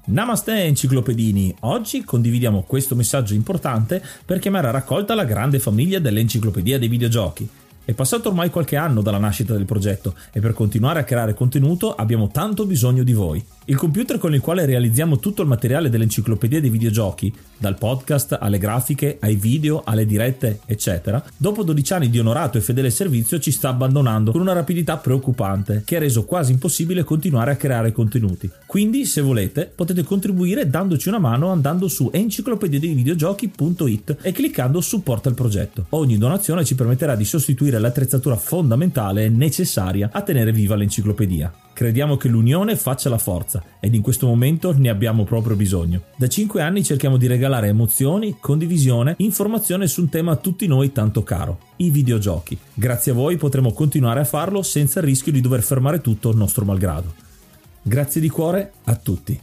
Namaste enciclopedini, oggi condividiamo questo messaggio importante per chiamare a raccolta la grande famiglia dell'Enciclopedia dei Videogiochi. È passato ormai qualche anno dalla nascita del progetto e per continuare a creare contenuto abbiamo tanto bisogno di voi. Il computer con il quale realizziamo tutto il materiale dell'Enciclopedia dei Videogiochi, dal podcast alle grafiche, ai video, alle dirette, eccetera, dopo 12 anni di onorato e fedele servizio ci sta abbandonando con una rapidità preoccupante che ha reso quasi impossibile continuare a creare contenuti. Quindi, se volete, potete contribuire dandoci una mano andando su enciclopediadeivideogiochi.it e cliccando supporta il progetto. Ogni donazione ci permetterà di sostituire l'attrezzatura fondamentale e necessaria a tenere viva l'enciclopedia. Crediamo che l'unione faccia la forza ed in questo momento ne abbiamo proprio bisogno. Da 5 anni cerchiamo di regalare emozioni, condivisione, informazione su un tema a tutti noi tanto caro, i videogiochi. Grazie a voi potremo continuare a farlo senza il rischio di dover fermare tutto nostro malgrado. Grazie di cuore a tutti.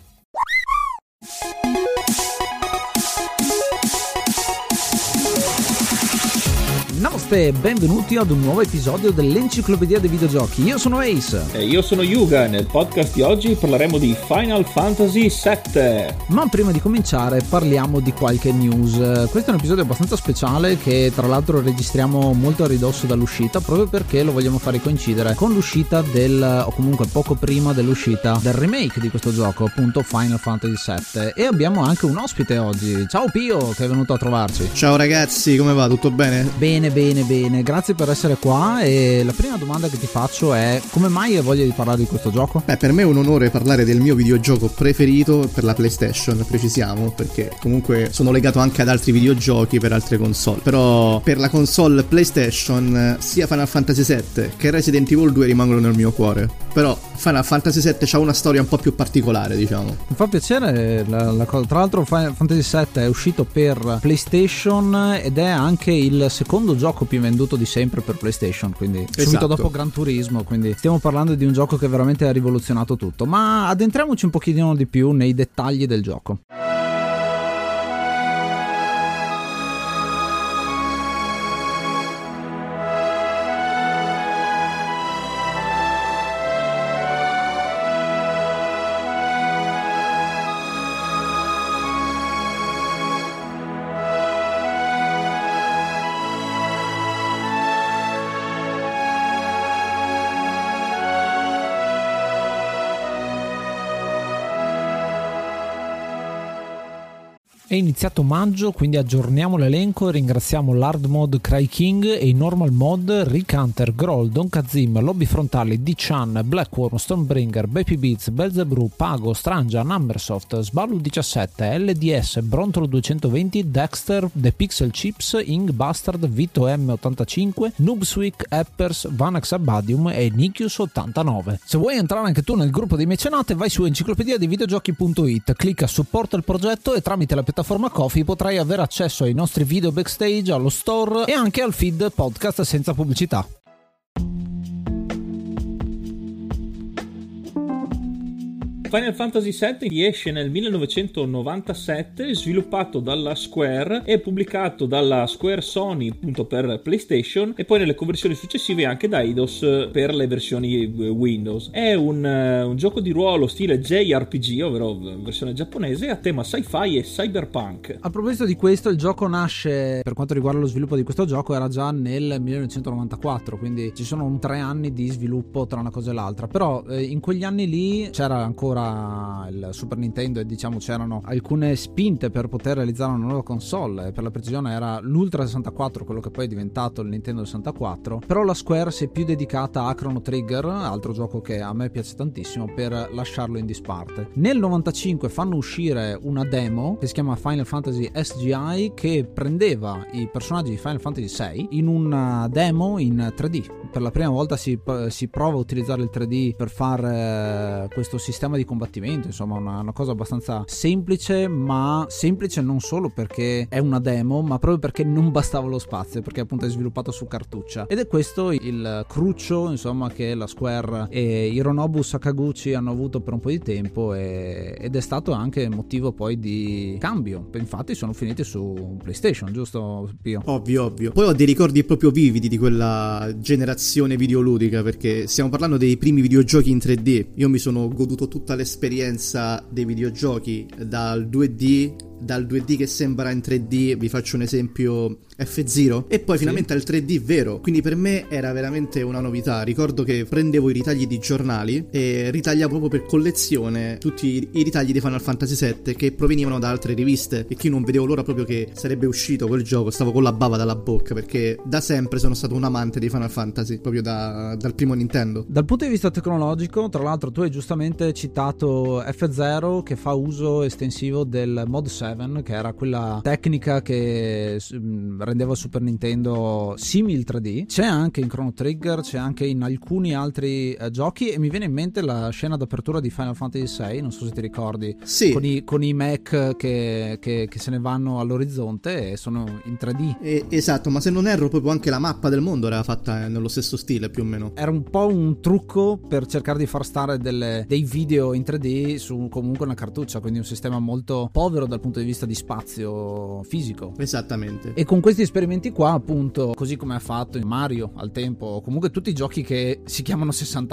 Namaste e benvenuti ad un nuovo episodio dell'Enciclopedia dei Videogiochi. Io sono Ace. E io sono Yuga. Nel podcast di oggi parleremo di Final Fantasy VII. Ma prima di cominciare parliamo di qualche news. Questo è un episodio abbastanza speciale che tra l'altro registriamo molto a ridosso dall'uscita, proprio perché lo vogliamo fare coincidere con l'uscita o comunque poco prima dell'uscita del remake di questo gioco, appunto Final Fantasy VII. E abbiamo anche un ospite oggi. Ciao Pio, che è venuto a trovarci. Ciao ragazzi, come va? Tutto bene? Bene, grazie per essere qua. E la prima domanda che ti faccio è: come mai hai voglia di parlare di questo gioco? Beh, per me è un onore parlare del mio videogioco preferito per la PlayStation, precisiamo, perché comunque sono legato anche ad altri videogiochi per altre console. Però per la console PlayStation sia Final Fantasy VII che Resident Evil 2 rimangono nel mio cuore. Però Final Fantasy VII ha una storia un po' più particolare, diciamo. Mi fa piacere la cosa. Tra l'altro Final Fantasy VII è uscito per PlayStation ed è anche il secondo gioco più venduto di sempre per PlayStation, quindi subito dopo Gran Turismo, quindi stiamo parlando di un gioco che veramente ha rivoluzionato tutto. Ma addentriamoci un pochino di più nei dettagli del gioco. È iniziato maggio, quindi aggiorniamo l'elenco e ringraziamo l'Hard Mode Cry King e i Normal Mode Rick Hunter, Groll, Don Kazim, Lobby Frontali, D-Chan, Blackworm, Stonebringer, Baby Beats, Belzebrew, Pago, Strangia, Numbersoft, Sballu 17, LDS, Brontolo 220, Dexter, The Pixel Chips, Ing Bastard, Vito M85, Noobswick, Eppers, Vanax Abadium e Nikius 89. Se vuoi entrare anche tu nel gruppo dei mecenate, vai su enciclopediadeivideogiochi.it, clicca supporta il progetto e tramite la piattaforma Ko-fi potrai avere accesso ai nostri video backstage, allo store e anche al feed podcast senza pubblicità. Final Fantasy VII esce nel 1997, sviluppato dalla Square e pubblicato dalla Square Sony appunto per PlayStation e poi nelle conversioni successive anche da Eidos per le versioni Windows. È un gioco di ruolo stile JRPG, ovvero versione giapponese, a tema sci-fi e cyberpunk. A proposito di questo, il gioco nasce, per quanto riguarda lo sviluppo di questo gioco, era già nel 1994, quindi ci sono 3 anni di sviluppo tra una cosa e l'altra, però in quegli anni lì c'era ancora il Super Nintendo e diciamo c'erano alcune spinte per poter realizzare una nuova console. Per la precisione era l'Ultra 64, quello che poi è diventato il Nintendo 64, però la Square si è più dedicata a Chrono Trigger, altro gioco che a me piace tantissimo, per lasciarlo in disparte. Nel 95 fanno uscire una demo che si chiama Final Fantasy SGI, che prendeva i personaggi di Final Fantasy VI in una demo in 3D. Per la prima volta si prova a utilizzare il 3D per fare questo sistema di combattimento, insomma una cosa abbastanza semplice, ma semplice non solo perché è una demo, ma proprio perché non bastava lo spazio, perché appunto è sviluppato su cartuccia. Ed è questo il cruccio, insomma, che la Square e Hironobu Sakaguchi hanno avuto per un po' di tempo ed è stato anche motivo poi di cambio. Infatti sono finiti su PlayStation, giusto Pio? Ovvio. Poi ho dei ricordi proprio vividi di quella generazione videoludica, perché stiamo parlando dei primi videogiochi in 3D. Io mi sono goduto tutta l'esperienza dei videogiochi dal 2D che sembra in 3D, vi faccio un esempio, F-Zero, e poi finalmente al 3D vero, quindi per me era veramente una novità. Ricordo che prendevo i ritagli di giornali e ritagliavo proprio per collezione tutti i ritagli di Final Fantasy VII che provenivano da altre riviste, e che io non vedevo l'ora proprio che sarebbe uscito quel gioco, stavo con la bava dalla bocca, perché da sempre sono stato un amante di Final Fantasy, proprio dal primo Nintendo. Dal punto di vista tecnologico, tra l'altro, tu hai giustamente citato F-Zero, che fa uso estensivo del Mod 7, che era quella tecnica che rendeva il Super Nintendo simil 3D. C'è anche in Chrono Trigger, c'è anche in alcuni altri giochi, e mi viene in mente la scena d'apertura di Final Fantasy VI, non so se ti ricordi, sì, con i mech che se ne vanno all'orizzonte e sono in 3D. Esatto, ma se non erro proprio anche la mappa del mondo era fatta nello stesso stile più o meno. Era un po' un trucco per cercare di far stare dei video in 3D su comunque una cartuccia, quindi un sistema molto povero dal punto di vista di spazio fisico. Esattamente. E con questi esperimenti qua, appunto, così come ha fatto Mario al tempo, o comunque tutti i giochi che si chiamano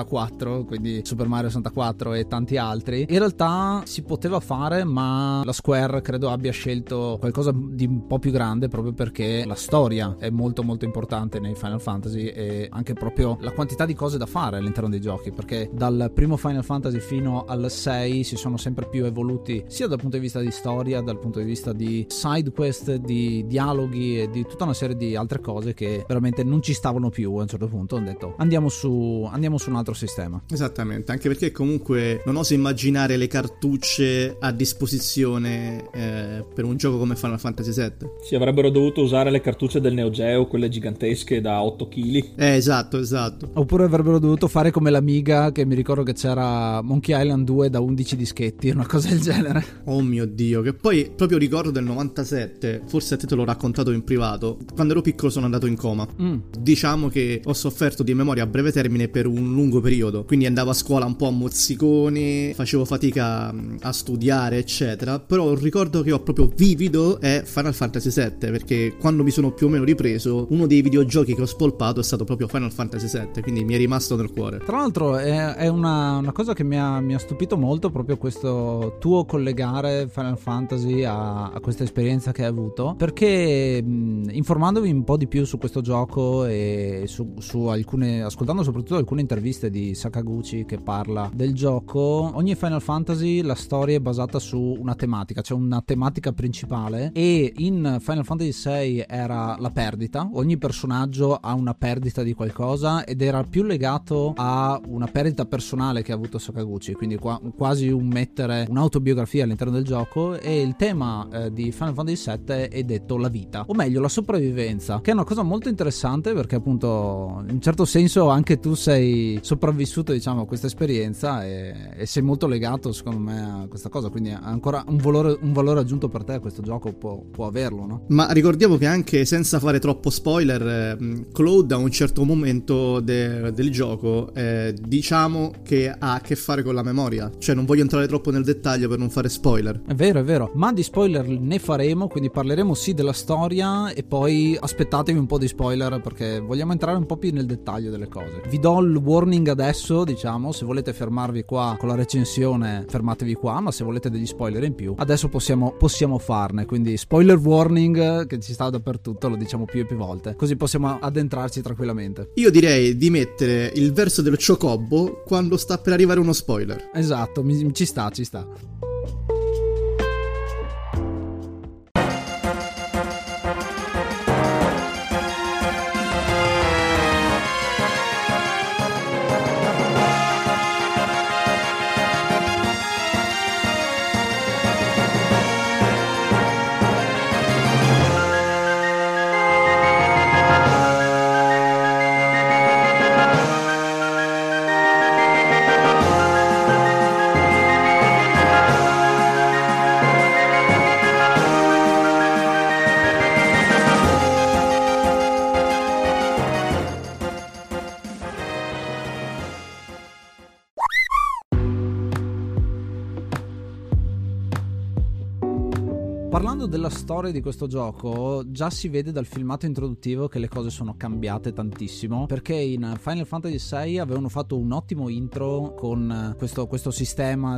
64, quindi Super Mario 64 e tanti altri, in realtà si poteva fare, ma la Square credo abbia scelto qualcosa di un po' più grande, proprio perché la storia è molto molto importante nei Final Fantasy, e anche proprio la quantità di cose da fare all'interno dei giochi, perché dal primo Final Fantasy fino al 6 si sono sempre più evoluti, sia dal punto di vista di storia, dal punto di vista di side quest, di dialoghi e di tutta una serie di altre cose che veramente non ci stavano più. A un certo punto hanno detto andiamo su un altro sistema. Esattamente, anche perché comunque non oso immaginare le cartucce a disposizione per un gioco come Final Fantasy VII. Si avrebbero dovuto usare le cartucce del Neo Geo, quelle gigantesche da 8 kg. Esatto. Oppure avrebbero dovuto fare come l'Amiga, che mi ricordo che c'era Monkey Island 2 da 11 dischetti, una cosa del genere. Oh mio Dio, che poi proprio ricordo del 97, forse a te l'ho raccontato in privato, quando ero piccolo sono andato in coma. Diciamo che ho sofferto di memoria a breve termine per un lungo periodo, quindi andavo a scuola un po' a mozziconi, facevo fatica a studiare eccetera, però il ricordo che ho proprio vivido è Final Fantasy VII, perché quando mi sono più o meno ripreso, uno dei videogiochi che ho spolpato è stato proprio Final Fantasy VII, quindi mi è rimasto nel cuore. Tra l'altro è una cosa che mi ha stupito molto, proprio questo tuo collegare Final Fantasy a questa esperienza che hai avuto, perché informandovi un po' di più su questo gioco e su alcune, ascoltando soprattutto alcune interviste di Sakaguchi che parla del gioco, ogni Final Fantasy la storia è basata su una tematica, c'è una tematica principale, e in Final Fantasy VI era la perdita, ogni personaggio ha una perdita di qualcosa, ed era più legato a una perdita personale che ha avuto Sakaguchi, quindi quasi un mettere un'autobiografia all'interno del gioco. E il tema di Final Fantasy VII è detto la vita, o meglio la sopravvivenza, che è una cosa molto interessante, perché appunto in un certo senso anche tu sei sopravvissuto, diciamo, a questa esperienza, e sei molto legato secondo me a questa cosa, quindi ancora un valore aggiunto per te questo gioco può averlo, no? Ma ricordiamo che anche senza fare troppo spoiler, Cloud a un certo momento del gioco diciamo che ha a che fare con la memoria, cioè non voglio entrare troppo nel dettaglio per non fare spoiler. È vero, ma di spoiler ne faremo, quindi parleremo sì della storia, e poi aspettatevi un po' di spoiler perché vogliamo entrare un po' più nel dettaglio delle cose. Vi do il warning adesso, diciamo, se volete fermarvi qua con la recensione fermatevi qua, ma se volete degli spoiler in più adesso possiamo farne, quindi spoiler warning che ci sta dappertutto, lo diciamo più e più volte, così possiamo addentrarci tranquillamente. Io direi di mettere il verso dello Chocobo quando sta per arrivare uno spoiler. Esatto, ci sta. Parlando della storia di questo gioco, già si vede dal filmato introduttivo che le cose sono cambiate tantissimo, perché in Final Fantasy VI avevano fatto un ottimo intro con questo sistema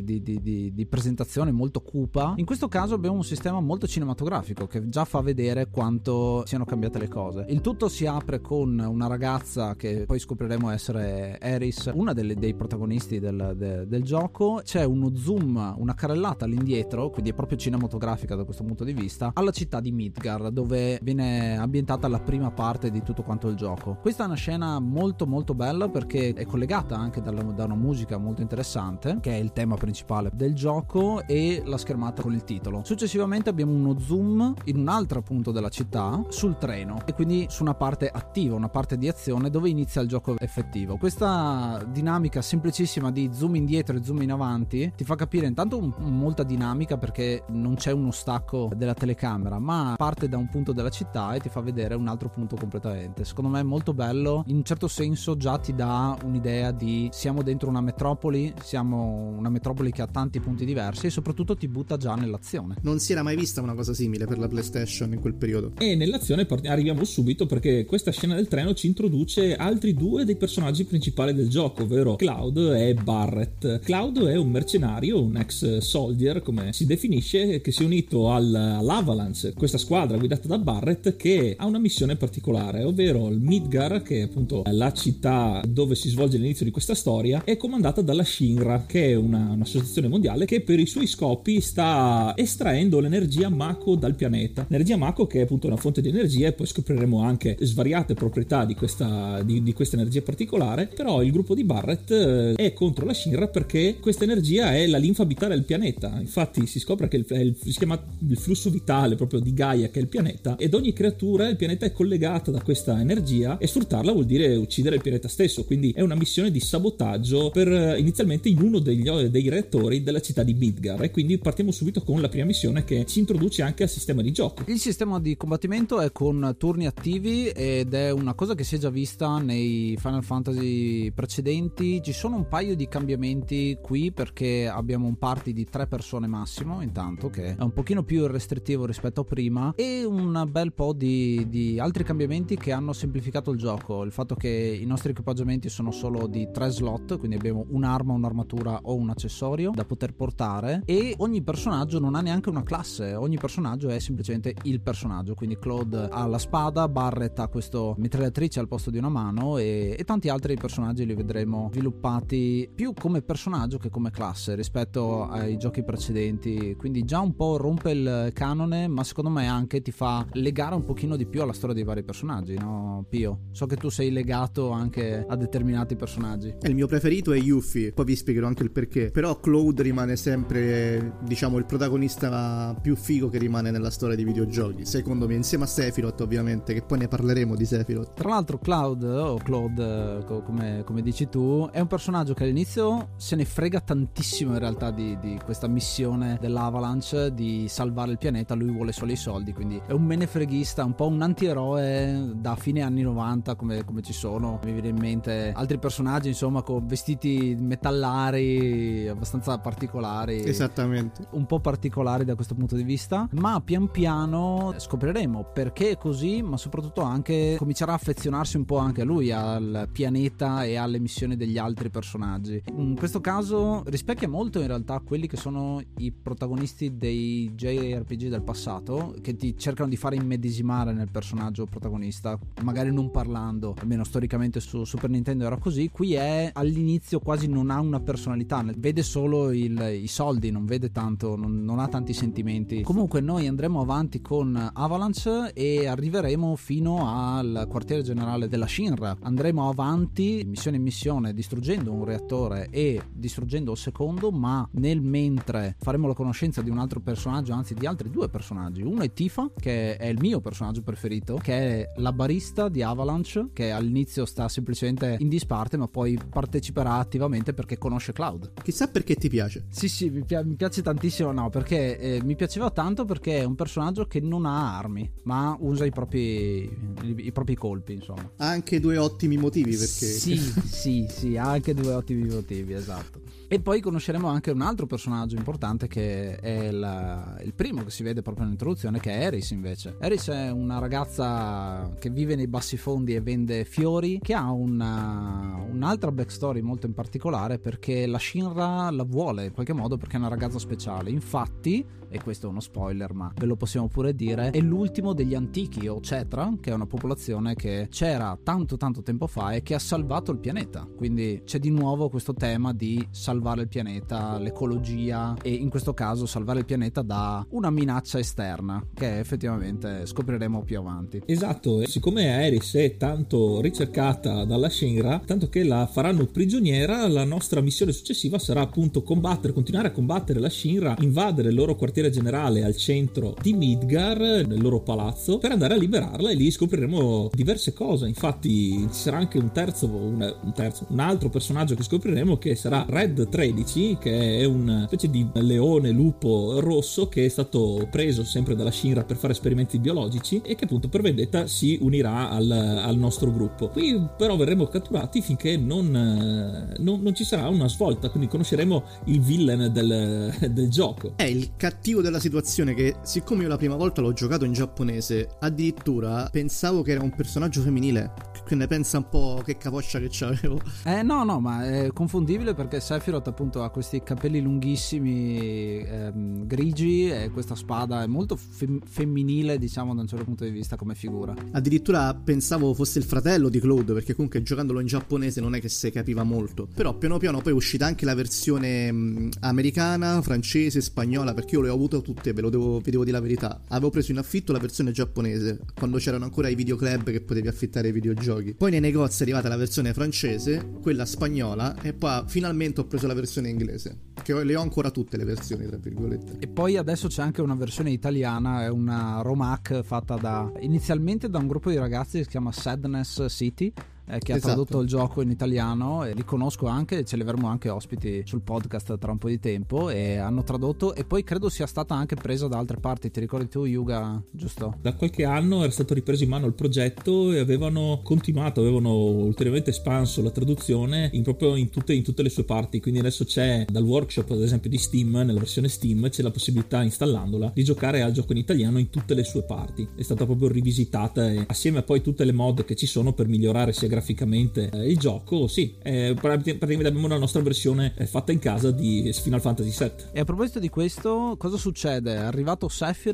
di presentazione molto cupa. In questo caso abbiamo un sistema molto cinematografico che già fa vedere quanto siano cambiate le cose. Il tutto si apre con una ragazza che poi scopriremo essere Aeris, una dei protagonisti del gioco. C'è uno zoom, una carrellata all'indietro, quindi è proprio cinematografica da questo punto di vista, alla città di Midgar, dove viene ambientata la prima parte di tutto quanto il gioco. Questa è una scena molto molto bella perché è collegata anche da una musica molto interessante, che è il tema principale del gioco, e la schermata con il titolo. Successivamente abbiamo uno zoom in un altro punto della città, sul treno, e quindi su una parte attiva, una parte di azione dove inizia il gioco effettivo. Questa dinamica semplicissima di zoom indietro e zoom in avanti ti fa capire intanto molta dinamica, perché non c'è uno stacco della telecamera, ma parte da un punto della città e ti fa vedere un altro punto completamente. Secondo me è molto bello, in un certo senso già ti dà un'idea di siamo dentro una metropoli, siamo una metropoli che ha tanti punti diversi, e soprattutto ti butta già nell'azione. Non si era mai vista una cosa simile per la PlayStation in quel periodo. E nell'azione arriviamo subito, perché questa scena del treno ci introduce altri due dei personaggi principali del gioco, ovvero Cloud e Barret. Cloud è un mercenario, un ex soldier come si definisce, che si è unito all'Avalanche, questa squadra guidata da Barret, che ha una missione particolare, ovvero il Midgar, che è appunto la città dove si svolge l'inizio di questa storia, è comandata dalla Shinra, che è un'associazione mondiale che per i suoi scopi sta estraendo l'energia Mako dal pianeta. L'energia Mako, che è appunto una fonte di energia, e poi scopriremo anche svariate proprietà di questa energia particolare. Però il gruppo di Barret è contro la Shinra perché questa energia è la linfa vitale del pianeta. Infatti si scopre che si chiama il flusso vitale proprio di Gaia, che è il pianeta, ed ogni creatura, il pianeta, è collegata da questa energia, e sfruttarla vuol dire uccidere il pianeta stesso. Quindi è una missione di sabotaggio inizialmente in uno dei reattori della città di Midgar, e quindi partiamo subito con la prima missione, che ci introduce anche al sistema di gioco. Il sistema di combattimento è con turni attivi, ed è una cosa che si è già vista nei Final Fantasy precedenti. Ci sono un paio di cambiamenti qui, perché abbiamo un party di 3 persone massimo intanto, che è un pochino più restrittivo rispetto a prima, e un bel po' di altri cambiamenti che hanno semplificato il gioco. Il fatto che i nostri equipaggiamenti sono solo di 3 slot, quindi abbiamo un'arma, un'armatura o un accessorio da poter portare, e ogni personaggio non ha neanche una classe, ogni personaggio è semplicemente il personaggio. Quindi Claude ha la spada, Barret ha questo mitragliatrice al posto di una mano, e tanti altri personaggi li vedremo sviluppati più come personaggio che come classe rispetto ai giochi precedenti. Quindi già un po' rompe il canone, ma secondo me anche ti fa legare un pochino di più alla storia dei vari personaggi, no Pio? So che tu sei legato anche a determinati personaggi. Il mio preferito è Yuffie, poi vi spiegherò anche il perché. Però Cloud rimane sempre, diciamo, il protagonista più figo che rimane nella storia dei videogiochi, secondo me, insieme a Sephiroth ovviamente, che poi ne parleremo di Sephiroth. Tra l'altro Cloud, o Claude come dici tu, è un personaggio che all'inizio se ne frega tantissimo in realtà di questa missione dell'Avalanche di salvare il pianeta. Lui vuole solo i soldi, quindi è un menefreghista, un po' un antieroe da fine anni 90 come ci sono. Mi viene in mente altri personaggi, insomma, con vestiti metallari abbastanza particolari. Esattamente. Un po' particolari da questo punto di vista, ma pian piano scopriremo perché è così, ma soprattutto anche comincerà a affezionarsi un po' anche a lui, al pianeta e alle missioni degli altri personaggi. In questo caso rispecchia molto in realtà quelli che sono i protagonisti dei JRPG del passato, che ti cercano di fare immedesimare nel personaggio protagonista, magari non parlando, almeno storicamente su Super Nintendo era così. Qui è all'inizio quasi non ha una personalità, vede solo i soldi, non vede tanto, non ha tanti sentimenti. Comunque noi andremo avanti con Avalanche e arriveremo fino al quartiere generale della Shinra. Andremo avanti missione in missione, distruggendo un reattore e distruggendo il secondo, ma nel mentre faremo la conoscenza di un altro personaggio, anzi di altri 2 personaggi. Uno è Tifa, che è il mio personaggio preferito, che è la barista di Avalanche, che all'inizio sta semplicemente in disparte, ma poi parteciperà attivamente perché conosce Cloud. Chissà perché ti piace. Sì, mi piace tantissimo, no, perché mi piaceva tanto perché è un personaggio che non ha armi, ma usa i propri colpi, insomma. Ha anche 2 ottimi motivi, perché sì, ha anche 2 ottimi motivi, esatto. E poi conosceremo anche un altro personaggio importante che è il primo che si vede proprio nell'introduzione, che è Eris invece. Eris è una ragazza che vive nei bassifondi e vende fiori, che ha un'altra backstory molto in particolare, perché la Shinra la vuole in qualche modo perché è una ragazza speciale. Infatti, e questo è uno spoiler ma ve lo possiamo pure dire, è l'ultimo degli antichi o Cetra, che è una popolazione che c'era tanto tempo fa e che ha salvato il pianeta. Quindi c'è di nuovo questo tema di salvare il pianeta, l'ecologia, e in questo caso salvare il pianeta da una minaccia esterna che effettivamente scopriremo più avanti. Esatto, e siccome Eris è tanto ricercata dalla Shinra, tanto che la faranno prigioniera, la nostra missione successiva sarà appunto continuare a combattere la Shinra, invadere il loro quartiere generale al centro di Midgar, nel loro palazzo, per andare a liberarla, e lì scopriremo diverse cose. Infatti ci sarà anche un altro personaggio che scopriremo, che sarà Red 13, che è una specie di leone lupo rosso che è stato preso sempre dalla Shinra per fare esperimenti biologici e che appunto per vendetta si unirà al nostro gruppo. Qui però verremo catturati finché non ci sarà una svolta, quindi conosceremo il villain del gioco. È il cattivo della situazione, che siccome io la prima volta l'ho giocato in giapponese, addirittura pensavo che era un personaggio femminile. Quindi pensa un po' che capoccia che c'avevo. No, ma è confondibile perché Sephiroth appunto ha questi capelli lunghissimi grigi e questa spada è molto femminile, diciamo, da un certo punto di vista come figura. Addirittura pensavo fosse il fratello di Claude, perché comunque giocandolo in giapponese non è che si capiva molto. Però piano piano poi è uscita anche la versione americana, francese, spagnola, perché io le ho avute tutte, vi devo dire la verità. Avevo preso in affitto la versione giapponese quando c'erano ancora i videoclub che potevi affittare i videogiochi. Poi nei negozi è arrivata la versione francese, quella spagnola, e poi finalmente ho preso la versione inglese, che le ho ancora tutte le versioni, tra virgolette. E poi adesso c'è anche una versione italiana, è una romhack fatta inizialmente da un gruppo di ragazzi che si chiama Sadness City, che ha tradotto il gioco in italiano, e li conosco anche, ce li avremo anche ospiti sul podcast tra un po' di tempo, e hanno tradotto, e poi credo sia stata anche presa da altre parti. Ti ricordi tu, Yuga, giusto? Da qualche anno era stato ripreso in mano il progetto e avevano ulteriormente espanso la traduzione proprio in tutte le sue parti. Quindi adesso c'è, dal workshop ad esempio di Steam, nella versione Steam c'è la possibilità, installandola, di giocare al gioco in italiano in tutte le sue parti. È stata proprio rivisitata, e assieme a poi tutte le mod che ci sono per migliorare sia graficamente il gioco, praticamente abbiamo la nostra versione fatta in casa di Final Fantasy VII. E a proposito di questo, cosa succede? È arrivato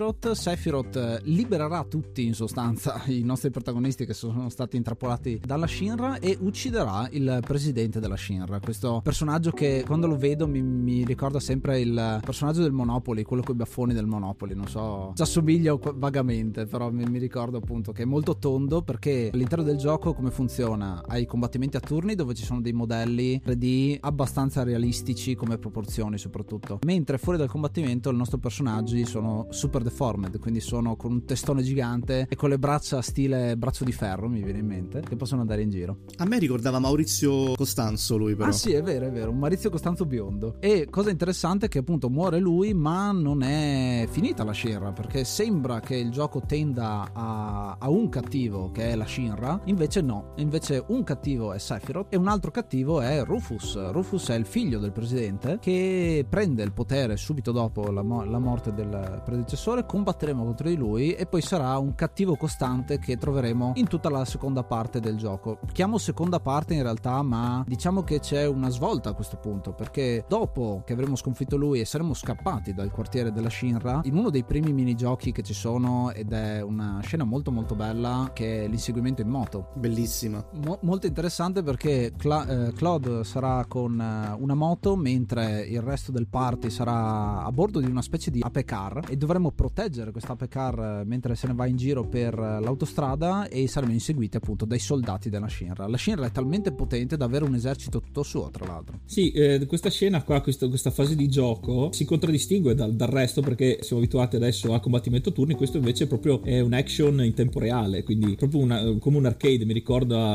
Sephiroth libererà tutti, in sostanza, i nostri protagonisti che sono stati intrappolati dalla Shinra, e ucciderà il presidente della Shinra, questo personaggio che quando lo vedo mi ricorda sempre il personaggio del Monopoly, quello con i baffoni del Monopoly, non so, ci assomiglia vagamente, però mi ricordo appunto che è molto tondo, perché all'interno del gioco come funziona? Hai combattimenti a turni dove ci sono dei modelli 3D abbastanza realistici come proporzioni soprattutto, mentre fuori dal combattimento i nostri personaggi sono super deformed, quindi sono con un testone gigante e con le braccia stile braccio di ferro, mi viene in mente, che possono andare in giro. A me ricordava Maurizio Costanzo lui, però. Ah sì, è vero, un Maurizio Costanzo biondo. E cosa interessante è che appunto muore lui, ma non è finita la Shinra, perché sembra che il gioco tenda a un cattivo che è la Shinra, invece no, invece un cattivo è Sephiroth e un altro cattivo è Rufus. Rufus è il figlio del presidente che prende il potere subito dopo la morte del predecessore. Combatteremo contro di lui e poi sarà un cattivo costante che troveremo in tutta la seconda parte del gioco. Chiamo seconda parte in realtà, ma diciamo che c'è una svolta a questo punto, perché dopo che avremo sconfitto lui e saremo scappati dal quartiere della Shinra, in uno dei primi minigiochi che ci sono, ed è una scena molto molto bella, che è l'inseguimento in moto. Bellissima. Molto interessante, perché Claude sarà con una moto mentre il resto del party sarà a bordo di una specie di Ape Car, e dovremo proteggere questa Ape Car mentre se ne va in giro per l'autostrada, e saremo inseguiti appunto dai soldati della Shinra. La Shinra è talmente potente da avere un esercito tutto suo, tra l'altro. Sì, questa scena qua, questa fase di gioco si contraddistingue dal resto, perché siamo abituati adesso a combattimento a turni. Questo invece proprio è un action in tempo reale, quindi proprio come un arcade. Mi ricorda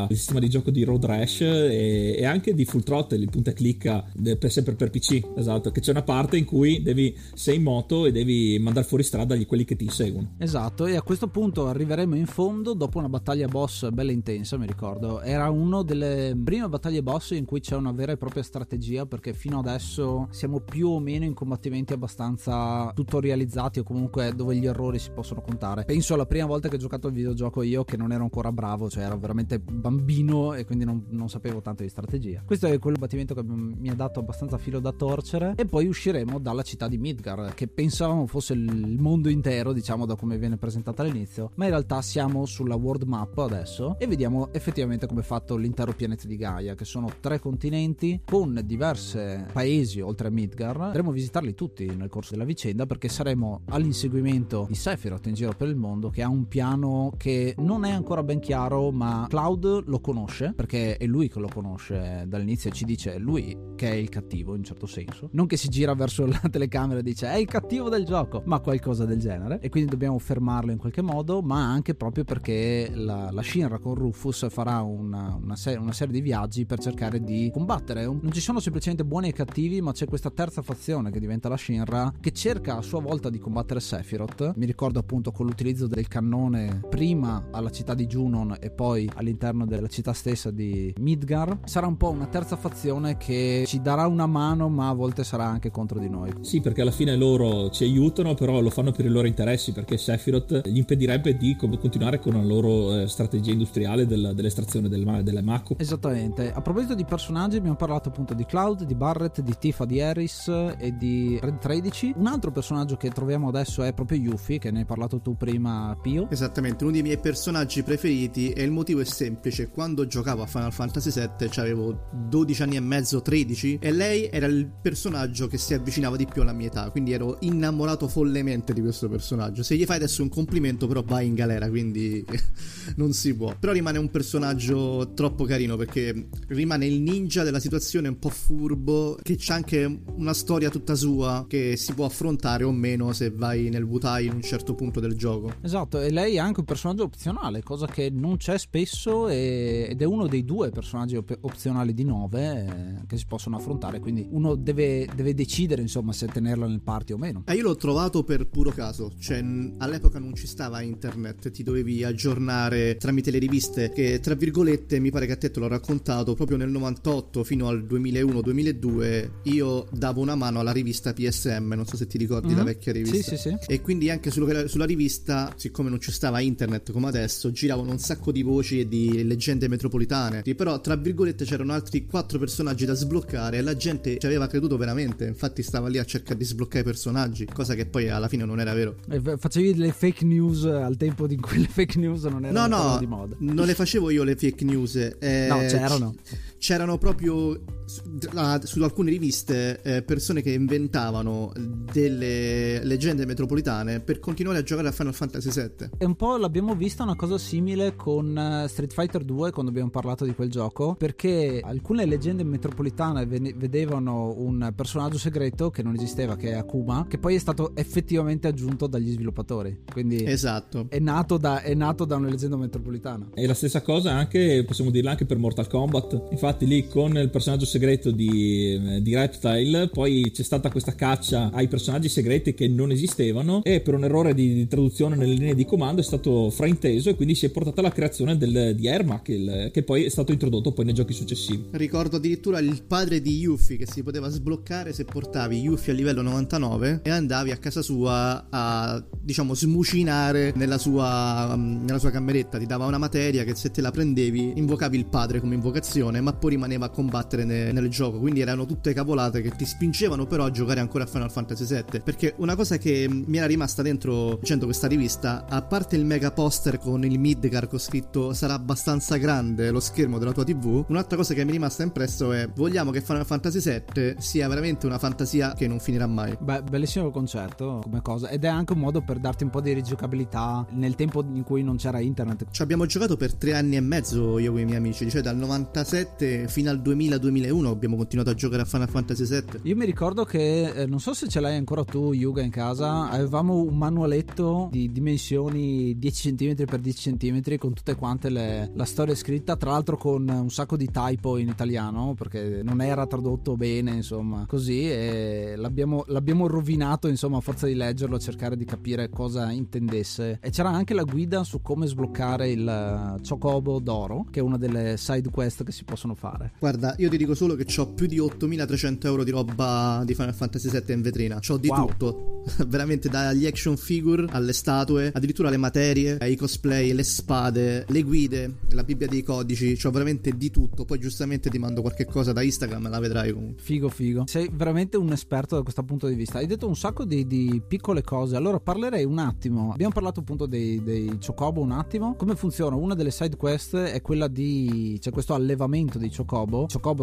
il sistema di gioco di Road Rash e anche di Full Throttle, il punta e clicca sempre per PC, esatto, che c'è una parte in cui sei in moto e devi mandare fuori strada quelli che ti inseguono. Esatto, e a questo punto arriveremo in fondo dopo una battaglia boss bella intensa, mi ricordo. Era una delle prime battaglie boss in cui c'è una vera e propria strategia, perché fino adesso siamo più o meno in combattimenti abbastanza tutorializzati o comunque dove gli errori si possono contare. Penso alla prima volta che ho giocato al videogioco io, che non ero ancora bravo, cioè ero veramente bambino e quindi non sapevo tanto di strategia. Questo è quel combattimento che mi ha dato abbastanza filo da torcere. E poi usciremo dalla città di Midgar, che pensavamo fosse il mondo intero, diciamo, da come viene presentata all'inizio, ma in realtà siamo sulla world map adesso e vediamo effettivamente come è fatto l'intero pianeta di Gaia, che sono 3 continenti con diversi paesi oltre a Midgar. Andremo a visitarli tutti nel corso della vicenda, perché saremo all'inseguimento di Sephiroth in giro per il mondo, che ha un piano che non è ancora ben chiaro, ma Cloud lo conosce, perché è lui che lo conosce dall'inizio e ci dice è lui che è il cattivo in un certo senso, non che si gira verso la telecamera e dice è il cattivo del gioco, ma qualcosa del genere, e quindi dobbiamo fermarlo in qualche modo, ma anche proprio perché la Shinra con Rufus farà una serie di viaggi per cercare di combattere. Non ci sono semplicemente buoni e cattivi, ma c'è questa terza fazione che diventa la Shinra, che cerca a sua volta di combattere Sephiroth. Mi ricordo appunto con l'utilizzo del cannone prima alla città di Junon e poi all'interno della città stessa di Midgar. Sarà un po' una terza fazione che ci darà una mano, ma a volte sarà anche contro di noi. Sì, perché alla fine loro ci aiutano, però lo fanno per i loro interessi, perché Sephiroth gli impedirebbe di continuare con la loro strategia industriale dell'estrazione delle Mako. Esattamente. A proposito di personaggi, abbiamo parlato appunto di Cloud, di Barret, di Tifa, di Aeris e di Red 13. Un altro personaggio che troviamo adesso è proprio Yuffie, che ne hai parlato tu prima, Pio. Esattamente, uno dei miei personaggi preferiti, e il motivo è semplice: quando giocavo a Final Fantasy VII avevo 12 anni e mezzo, 13, e lei era il personaggio che si avvicinava di più alla mia età, quindi ero innamorato follemente di questo personaggio. Se gli fai adesso un complimento però vai in galera, quindi non si può. Però rimane un personaggio troppo carino, perché rimane il ninja della situazione, un po' furbo, che c'ha anche una storia tutta sua che si può affrontare o meno se vai nel Wutai in un certo punto del gioco. Esatto, e lei è anche un personaggio opzionale, cosa che non c'è spesso, ed è uno dei 2 personaggi opzionali di 9 che si possono affrontare, quindi uno deve decidere insomma se tenerla nel party o meno. Io l'ho trovato per puro caso, cioè all'epoca non ci stava internet, ti dovevi aggiornare tramite le riviste che, tra virgolette, mi pare che a te l'ho raccontato, proprio nel 98 fino al 2001-2002 io davo una mano alla rivista PSM, non so se ti ricordi, la vecchia rivista. Sì. E quindi anche sulla rivista, siccome non ci stava internet come adesso, giravano un sacco di voci e di leggende metropolitane, però tra virgolette c'erano altri 4 personaggi da sbloccare e la gente ci aveva creduto veramente, infatti stava lì a cercare di sbloccare i personaggi, cosa che poi alla fine non era vero. Facevi le fake news al tempo in cui le fake news non erano di moda. Non le facevo io le fake news, no, c'erano proprio su alcune riviste persone che inventavano delle leggende metropolitane per continuare a giocare a Final Fantasy VII. E un po' l'abbiamo vista una cosa simile con Street Fighter 2 quando abbiamo parlato di quel gioco, perché alcune leggende metropolitane vedevano un personaggio segreto che non esisteva, che è Akuma, che poi è stato effettivamente aggiunto dagli sviluppatori, quindi esatto, è nato da una leggenda metropolitana. E la stessa cosa anche, possiamo dirla anche per Mortal Kombat, infatti lì con il personaggio segreto di Reptile poi c'è stata questa caccia ai personaggi segreti che non esistevano, e per un errore di traduzione nelle linee di comando è stato frainteso, e quindi si è portata alla creazione di Ermac, che poi è stato introdotto poi nei giochi successivi. Ricordo addirittura il padre di Yuffie che si poteva sbloccare se portavi Yuffie a livello 99 e andavi a casa sua a, diciamo, smucinare nella sua cameretta. Ti dava una materia che se te la prendevi invocavi il padre come invocazione, ma poi rimaneva a combattere nel gioco, quindi erano tutte cavolate che ti spingevano però a giocare ancora a Final Fantasy VII. Perché una cosa che mi era rimasta dentro leggendo questa rivista, a parte il mega poster con il Midgar con scritto sarà abbastanza grande lo schermo della tua TV, un'altra cosa che mi è rimasta impresso è: vogliamo che Final Fantasy VII sia veramente una fantasia che non finirà mai. Beh, bellissimo concetto come cosa, ed è anche un modo per darti un po' di rigiocabilità nel tempo in cui non c'era internet. Ci abbiamo giocato per 3 anni e mezzo io con i miei amici, cioè dal 97 fino al 2000-2001 2001 abbiamo continuato a giocare a Final Fantasy VII. Io mi ricordo che, non so se ce l'hai ancora tu Yuga in casa, avevamo un manualetto di dimensioni 10 cm x 10 cm con tutte quante la storia scritta, tra l'altro con un sacco di typo in italiano perché non era tradotto bene, insomma, così, e l'abbiamo rovinato, insomma, a forza di leggerlo, a cercare di capire cosa intendesse. E c'era anche la guida su come sbloccare il Chocobo d'oro, che è una delle side quest che si possono fare. Guarda, io ti dico solo che ho più di 8.300 euro di roba di Final Fantasy VII in vetrina. C'ho di tutto, veramente, dagli action figure alle statue, addirittura le materie, i cosplay, le spade, le guide, la Bibbia dei codici. C'ho veramente di tutto. Poi giustamente ti mando qualche cosa da Instagram, la vedrai comunque. Figo. Sei veramente un esperto da questo punto di vista. Hai detto un sacco di piccole cose. Allora parlerei un attimo. Abbiamo parlato appunto dei Chocobo un attimo. Come funziona? Una delle side quest è quella c'è questo allevamento di Chocobo. Chocobo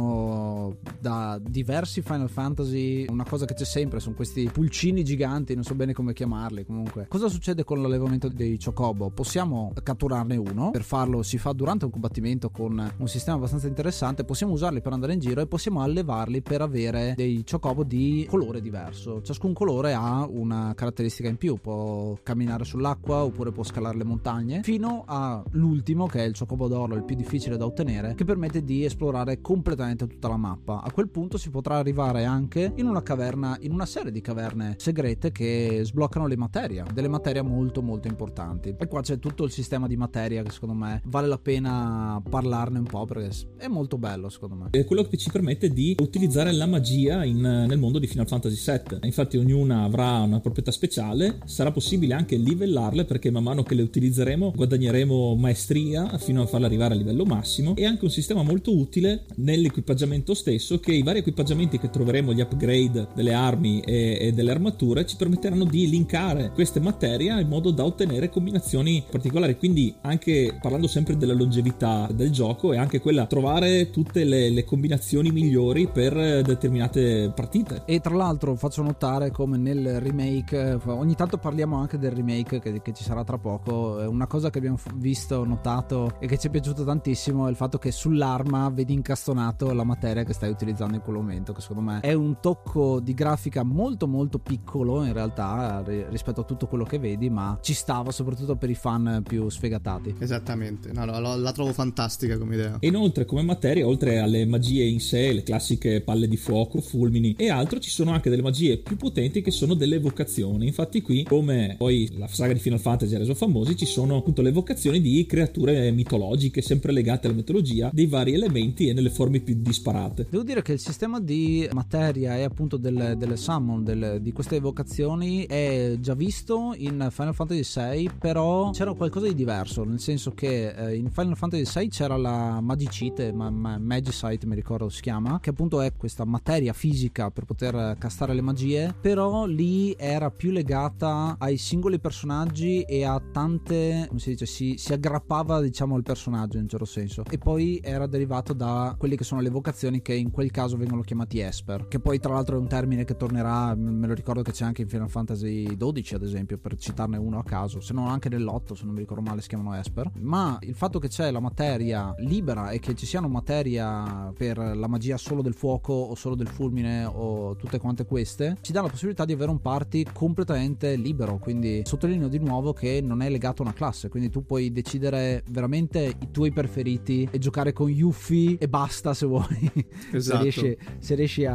sono da diversi Final Fantasy una cosa che c'è sempre, sono questi pulcini giganti, non so bene come chiamarli. Comunque, cosa succede con l'allevamento dei Chocobo? Possiamo catturarne uno. Per farlo si fa durante un combattimento con un sistema abbastanza interessante. Possiamo usarli per andare in giro e possiamo allevarli per avere dei Chocobo di colore diverso. Ciascun colore ha una caratteristica in più, può camminare sull'acqua oppure può scalare le montagne, fino all'ultimo, che è il Chocobo d'oro, il più difficile da ottenere, che permette di esplorare completamente tutta la mappa. A quel punto si potrà arrivare anche in una caverna, in una serie di caverne segrete che sbloccano le materie, delle materie molto molto importanti. E qua c'è tutto il sistema di materia che secondo me vale la pena parlarne un po', perché è molto bello, secondo me. È quello che ci permette di utilizzare la magia nel mondo di Final Fantasy VII. Infatti ognuna avrà una proprietà speciale, sarà possibile anche livellarle, perché man mano che le utilizzeremo guadagneremo maestria fino a farle arrivare a livello massimo. E anche un sistema molto utile nell'equipaggiamento stesso, che i vari equipaggiamenti che troveremo, gli upgrade delle armi e delle armature, ci permetteranno di linkare queste materie in modo da ottenere combinazioni particolari. Quindi, anche parlando sempre della longevità del gioco, è anche quella trovare tutte le combinazioni migliori per determinate partite. E tra l'altro faccio notare come nel remake, ogni tanto parliamo anche del remake che ci sarà tra poco, una cosa che abbiamo visto, notato e che ci è piaciuto tantissimo è il fatto che sull'arma vedi incastonato la materia che stai utilizzando in quel momento, che secondo me è un tocco di grafica molto molto piccolo in realtà rispetto a tutto quello che vedi, ma ci stava soprattutto per i fan più sfegatati. Esattamente, no, la trovo fantastica come idea. E inoltre, come materia, oltre alle magie in sé, le classiche palle di fuoco, fulmini e altro, ci sono anche delle magie più potenti che sono delle evocazioni. Infatti qui, come poi la saga di Final Fantasy ha reso famosi, ci sono appunto le evocazioni di creature mitologiche sempre legate alla mitologia, dei vari elementi e nelle forme più disparate. Devo dire che il sistema di materia e appunto delle summon, di queste evocazioni è già visto in Final Fantasy VI, però c'era qualcosa di diverso, nel senso che in Final Fantasy VI c'era la Magicite, Magicite mi ricordo si chiama, che appunto è questa materia fisica per poter castare le magie, però lì era più legata ai singoli personaggi e a tante, come si dice, si aggrappava diciamo al personaggio in un certo senso, e poi era derivato da quelli che sono le evocazioni, che in quel caso vengono chiamati Esper, che poi tra l'altro è un termine che tornerà, me lo ricordo che c'è anche in Final Fantasy XII ad esempio, per citarne uno a caso, se non anche nell'8 se non mi ricordo male si chiamano Esper. Ma il fatto che c'è la materia libera e che ci siano materia per la magia solo del fuoco o solo del fulmine o tutte quante queste, ci dà la possibilità di avere un party completamente libero, quindi sottolineo di nuovo che non è legato a una classe, quindi tu puoi decidere veramente i tuoi preferiti e giocare con Yuffie e basta se vuoi. Esatto. se riesci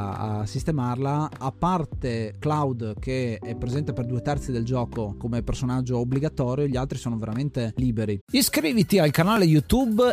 a sistemarla. A parte Cloud, che è presente per 2/3 del gioco come personaggio obbligatorio, gli altri sono veramente liberi. Iscriviti al canale YouTube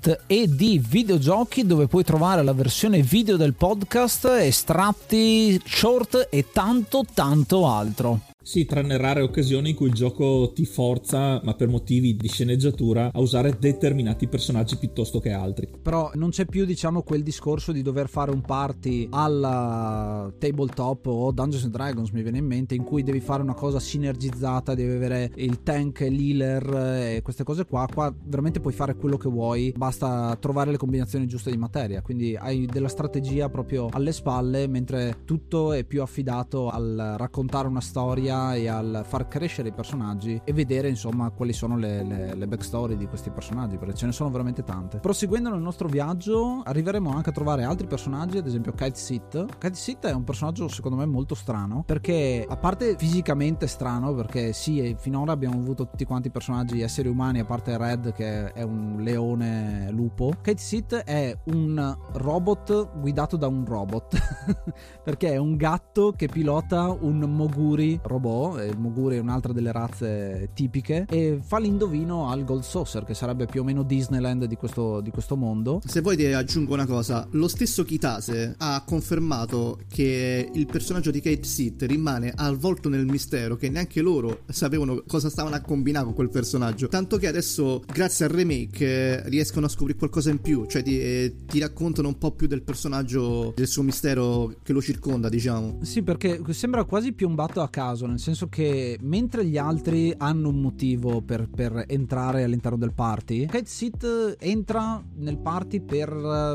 @edvideogiochi, dove puoi trovare la versione video del podcast, estratti, short e tanto altro. Sì, tranne rare occasioni in cui il gioco ti forza, ma per motivi di sceneggiatura, a usare determinati personaggi piuttosto che altri. Però non c'è più, diciamo, quel discorso di dover fare un party alla Tabletop o Dungeons and Dragons, mi viene in mente, in cui devi fare una cosa sinergizzata, devi avere il tank, l'healer e queste cose qua. Qua veramente puoi fare quello che vuoi, basta trovare le combinazioni giuste di materia, quindi hai della strategia proprio alle spalle, mentre tutto è più affidato al raccontare una storia storia e al far crescere i personaggi e vedere insomma quali sono le backstory di questi personaggi, perché ce ne sono veramente tante. Proseguendo nel nostro viaggio arriveremo anche a trovare altri personaggi, ad esempio Kite Sit. Kite Sit è un personaggio secondo me molto strano, perché a parte fisicamente strano, perché sì, finora abbiamo avuto tutti quanti personaggi esseri umani a parte Red che è un leone lupo. Kite Sit è un robot guidato da un robot perché è un gatto che pilota un Moguri robot. Il Moguri è un'altra delle razze tipiche e fa l'indovino al Gold Saucer, che sarebbe più o meno Disneyland di questo mondo. Se vuoi ti aggiungo una cosa, lo stesso Kitase ha confermato che il personaggio di Kate Sit rimane avvolto nel mistero, che neanche loro sapevano cosa stavano a combinare con quel personaggio, tanto che adesso grazie al remake riescono a scoprire qualcosa in più, cioè ti raccontano un po' più del personaggio, del suo mistero che lo circonda, diciamo. Sì, perché sembra quasi piombato a caso, nel senso che mentre gli altri hanno un motivo per entrare all'interno del party, Kate Sit entra nel party per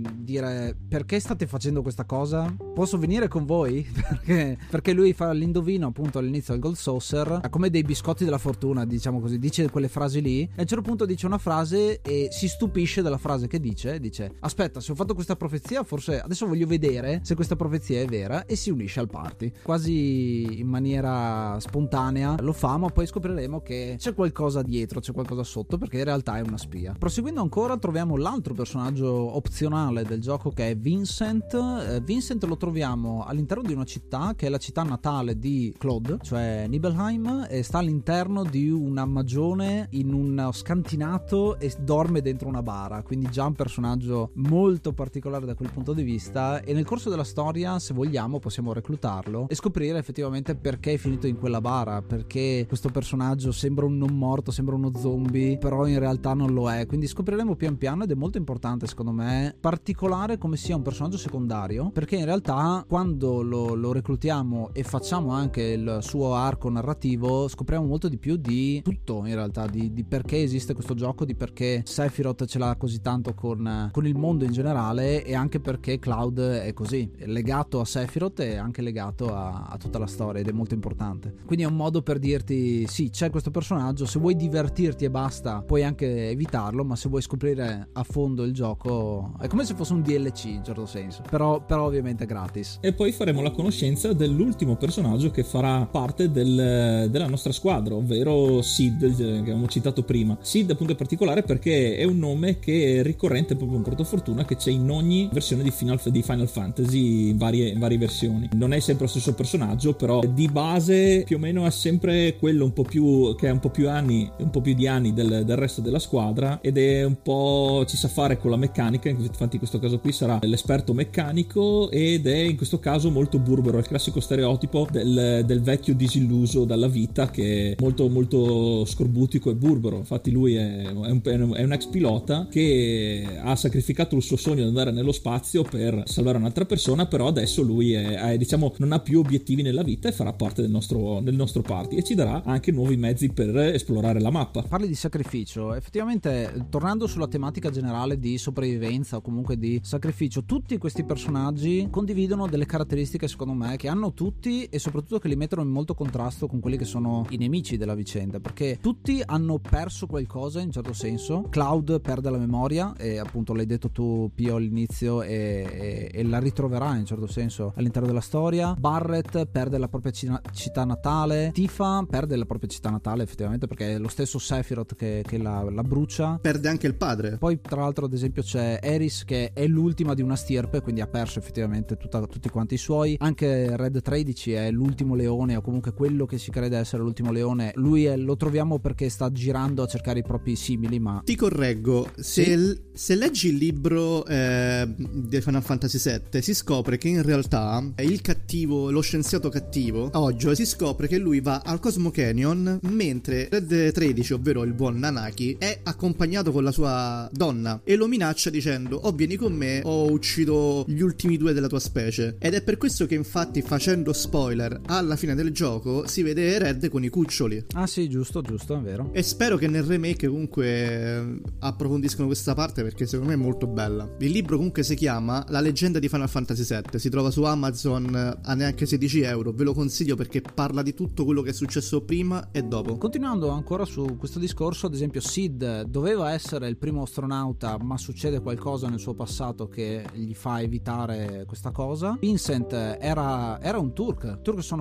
dire: perché state facendo questa cosa? Posso venire con voi? perché lui fa l'indovino appunto all'inizio del Gold Saucer, ha come dei biscotti della fortuna, diciamo così, dice quelle frasi lì e a un certo punto dice una frase e si stupisce della frase che dice aspetta, se ho fatto questa profezia forse adesso voglio vedere se questa profezia è vera, e si unisce al party quasi in maniera spontanea. Lo fa, ma poi scopriremo che c'è qualcosa dietro, c'è qualcosa sotto, perché in realtà è una spia. Proseguendo ancora troviamo l'altro personaggio opzionale del gioco, che è Vincent. Vincent lo troviamo all'interno di una città che è la città natale di Claude, cioè Nibelheim, e sta all'interno di una magione in un scantinato e dorme dentro una bara, quindi già un personaggio molto particolare da quel punto di vista. E nel corso della storia, se vogliamo, possiamo reclutarlo e scoprire effettivamente perché è finito in quella bara, perché questo personaggio sembra un non morto, sembra uno zombie, però in realtà non lo è. Quindi scopriremo pian piano, ed è molto importante secondo me particolare come sia un personaggio secondario, perché in realtà quando lo reclutiamo e facciamo anche il suo arco narrativo scopriremo molto di più di tutto, in realtà di perché esiste questo gioco, di perché Sephiroth ce l'ha così tanto con il mondo in generale, e anche perché Cloud è così, è legato a Sephiroth e anche legato a tutta la storia, ed è molto importante. Quindi è un modo per dirti: sì, c'è questo personaggio, se vuoi divertirti e basta puoi anche evitarlo, ma se vuoi scoprire a fondo il gioco è come se fosse un DLC in certo senso, però ovviamente gratis. E poi faremo la conoscenza dell'ultimo personaggio che farà parte della nostra squadra, ovvero Sid, che abbiamo citato prima. Sid appunto è particolare perché è un nome che è ricorrente, proprio un portafortuna che c'è in ogni versione di Final Fantasy in varie versioni. Non è sempre lo stesso personaggio, però di base più o meno è sempre quello un po' più che ha un po' più di anni del resto della squadra, ed è un po' ci sa fare con la meccanica. Infatti in questo caso qui sarà l'esperto meccanico, ed è in questo caso molto burbero, il classico stereotipo del vecchio disilluso dalla vita, che è molto molto scorbutico e burbero. Infatti lui è un ex pilota che ha sacrificato il suo sogno di andare nello spazio per salvare un'altra persona, però adesso lui diciamo non ha più obiettivi nella vita e farà parte del nostro party, e ci darà anche nuovi mezzi per esplorare la mappa. Parli di sacrificio, effettivamente tornando sulla tematica generale di sopravvivenza o comunque di sacrificio, tutti questi personaggi condividono delle caratteristiche secondo me che hanno tutti, e soprattutto che li mettono in molto contrasto con quelli che sono i nemici della vicenda, perché tutti hanno perso qualcosa in un certo senso. Cloud perde la memoria, e appunto l'hai detto tu Pio all'inizio, e la ritroverà in un certo senso all'interno della storia. Barret perde la propria città natale, Tifa perde la propria città natale effettivamente, perché è lo stesso Sephiroth che la brucia, perde anche il padre. Poi tra l'altro ad esempio c'è Eris, che è l'ultima di una stirpe, quindi ha perso effettivamente tutti quanti i suoi. Anche Red 13 è l'ultimo leone, o comunque quello che si crede essere l'ultimo leone. Lui lo troviamo perché sta girando a cercare i propri simili, ma ti correggo, se leggi il libro di Final Fantasy VII si scopre che in realtà il cattivo, lo scienziato cattivo Hojo, si scopre che lui va al Cosmo Canyon, mentre Red 13, ovvero il buon Nanaki, è accompagnato con la sua donna e lo minaccia dicendo: o vieni con me o uccido gli ultimi due della tua specie. Ed è per questo che infatti, facendo spoiler, alla fine del gioco si vede Red con i cuccioli. Ah sì, giusto, è vero. E spero che nel remake comunque approfondiscono questa parte, perché secondo me è molto bella. Il libro comunque si chiama La leggenda di Final Fantasy VII, si trova su Amazon a neanche 16 euro, ve lo consiglio perché parla di tutto quello che è successo prima e dopo. Continuando ancora su questo discorso, ad esempio Sid doveva essere il primo astronauta, ma succede qualcosa nel suo passato che gli fa evitare questa cosa. Vincent era un Turk sono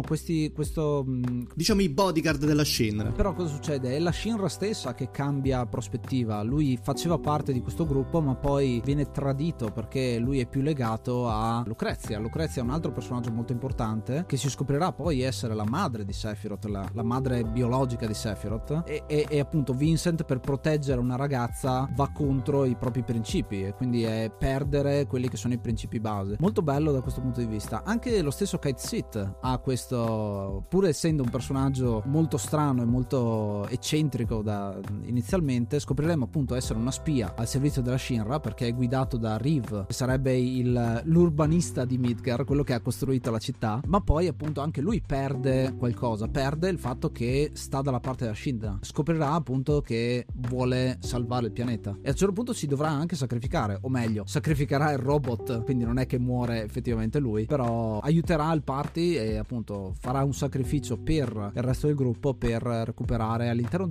diciamo i bodyguard della Shinra. Però cosa succede? È la Shinra stessa che cambia prospettiva. Lui faceva parte di questo gruppo, ma poi viene tradito perché lui è più legato a Lucrezia. Lucrezia è un altro personaggio molto importante che si scoprirà poi essere la madre di Sephiroth, la madre biologica di Sephiroth, e appunto Vincent, per proteggere una ragazza, va contro i propri principi e quindi è perdere quelli che sono i principi base. Molto bello da questo punto di vista. Anche lo stesso Kite Sith ha questo, pur essendo un personaggio molto strano e molto eccentrico inizialmente, scopriremo appunto essere una spia al servizio della Shinra, perché è guidato da Reeve, che sarebbe l'urbanista di Midgar, quello che ha costruito la città, ma poi appunto anche lui perde qualcosa, perde il fatto che sta dalla parte della Shinra. Scoprirà appunto che vuole salvare il pianeta e a un certo punto si dovrà anche sacrificare, o meglio sacrificherà il robot, quindi non è che muore effettivamente lui, però aiuterà il party e appunto farà un sacrificio per il resto del gruppo per recuperare all'interno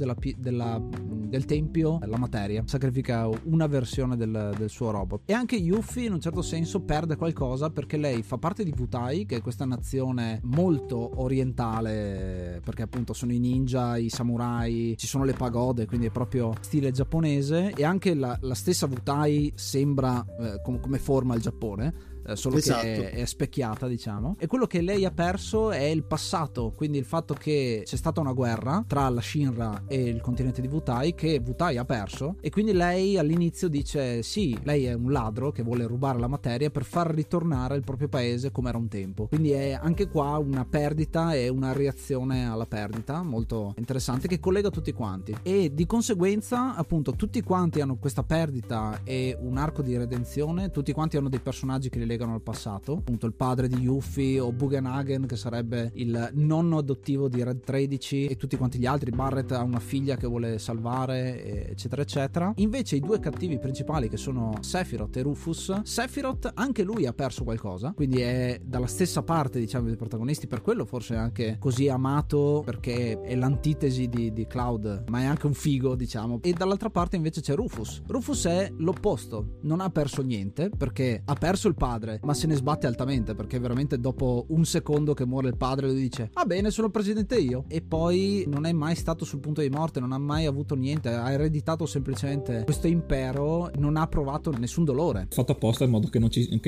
del tempio la materia. Sacrifica una versione del suo robot. E anche Yuffie in un certo senso perde qualcosa, perché lei fa parte di Wutai, che è questa nazione molto orientale, perché appunto sono i ninja, i samurai, ci sono le pagode, quindi è proprio stile giapponese, e anche la stessa Wutai sembra come forma il Giappone, solo esatto, che è specchiata, diciamo. E quello che lei ha perso è il passato, quindi il fatto che c'è stata una guerra tra la Shinra e il continente di Wutai, che Wutai ha perso, e quindi lei all'inizio dice sì, lei è un ladro che vuole rubare la materia per far ritornare il proprio paese come era un tempo. Quindi è anche qua una perdita e una reazione alla perdita molto interessante, che collega tutti quanti, e di conseguenza appunto tutti quanti hanno questa perdita e un arco di redenzione. Tutti quanti hanno dei personaggi che li legano al passato, appunto il padre di Yuffie, o Bugenhagen che sarebbe il nonno adottivo di Red 13, e tutti quanti gli altri. Barret ha una figlia che vuole salvare, eccetera eccetera. Invece i due cattivi principali, che sono Sephiroth e Rufus, Sephiroth anche lui ha perso qualcosa, quindi è dalla stessa parte, diciamo, dei protagonisti, per quello forse è anche così amato, perché è l'antitesi di Cloud, ma è anche un figo, diciamo. E dall'altra parte invece c'è Rufus. Rufus è l'opposto, non ha perso niente perché ha perso il padre, ma se ne sbatte altamente, perché veramente dopo un secondo che muore il padre lui dice va bene, sono presidente io, e poi non è mai stato sul punto di morte, non ha mai avuto niente, ha ereditato semplicemente questo impero, non ha provato nessun dolore, fatto apposta in modo che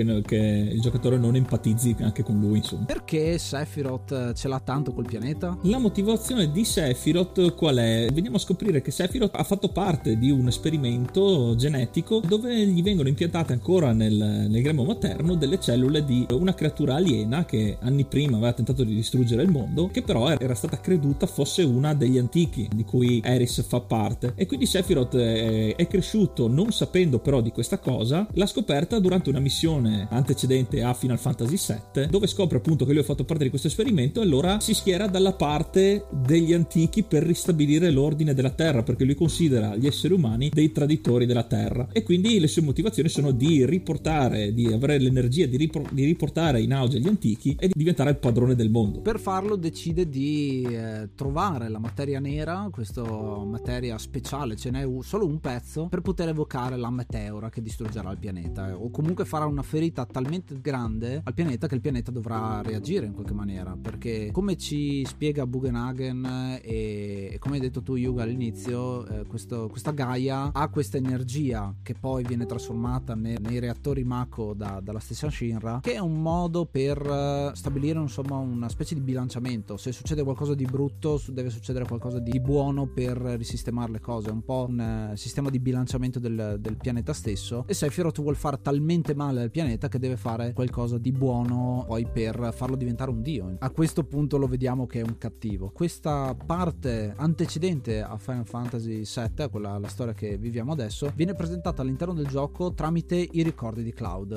il giocatore non empatizzi anche con lui, insomma. Perché Sephiroth ce l'ha tanto col pianeta? La motivazione di Sephiroth qual è? Veniamo a scoprire che Sephiroth ha fatto parte di un esperimento genetico dove gli vengono impiantate ancora nel grembo materno delle cellule di una creatura aliena che anni prima aveva tentato di distruggere il mondo, che però era stata creduta fosse una degli antichi di cui Aeris fa parte, e quindi Sephiroth è cresciuto non sapendo però di questa cosa. L'ha scoperta durante una missione antecedente a Final Fantasy VII, dove scopre appunto che lui ha fatto parte di questo esperimento, e allora si schiera dalla parte degli antichi per ristabilire l'ordine della Terra, perché lui considera gli esseri umani dei traditori della Terra, e quindi le sue motivazioni sono di riportare, di avere l'energia di riportare in auge gli antichi e di diventare il padrone del mondo. Per farlo decide di trovare la materia nera, questa materia speciale, ce n'è solo un pezzo, per poter evocare la meteora che distruggerà il pianeta, o comunque farà una ferita talmente grande al pianeta che il pianeta dovrà reagire in qualche maniera, perché come ci spiega Bugenhagen e come hai detto tu Yuga all'inizio, questa Gaia ha questa energia che poi viene trasformata nei reattori Mako dalla stessa Shinra, che è un modo per stabilire insomma una specie di bilanciamento. Se succede qualcosa di brutto deve succedere qualcosa di buono per risistemare le cose, è un po' un sistema di bilanciamento del pianeta stesso, e Sephiroth vuol fare talmente male al pianeta che deve fare qualcosa di buono poi per farlo diventare un dio. A questo punto lo vediamo che è un cattivo. Questa parte antecedente a Final Fantasy VII, quella la storia che viviamo adesso, viene presentata all'interno del gioco tramite i ricordi di Cloud. Però vi ho detto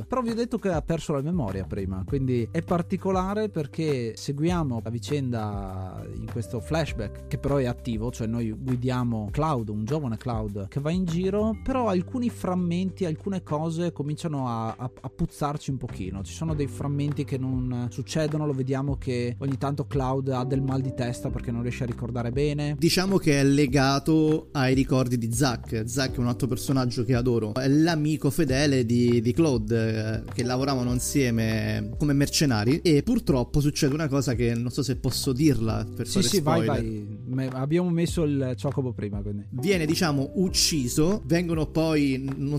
detto che ha perso la memoria prima, quindi è particolare perché seguiamo la vicenda in questo flashback che però è attivo, cioè noi guidiamo Cloud, un giovane Cloud che va in giro, però alcuni frammenti, alcune cose cominciano a puzzarci un pochino. Ci sono dei frammenti che non succedono, lo vediamo che ogni tanto Cloud ha del mal di testa perché non riesce a ricordare bene. Diciamo che è legato ai ricordi di Zack. Zack è un altro personaggio che adoro, è l'amico fedele di Claude, che lavoravano insieme come mercenari, e purtroppo succede una cosa che non so se posso dirla per fare spoiler. Vai. Abbiamo messo il Chocobo prima, quindi. Viene, diciamo, ucciso, vengono poi, non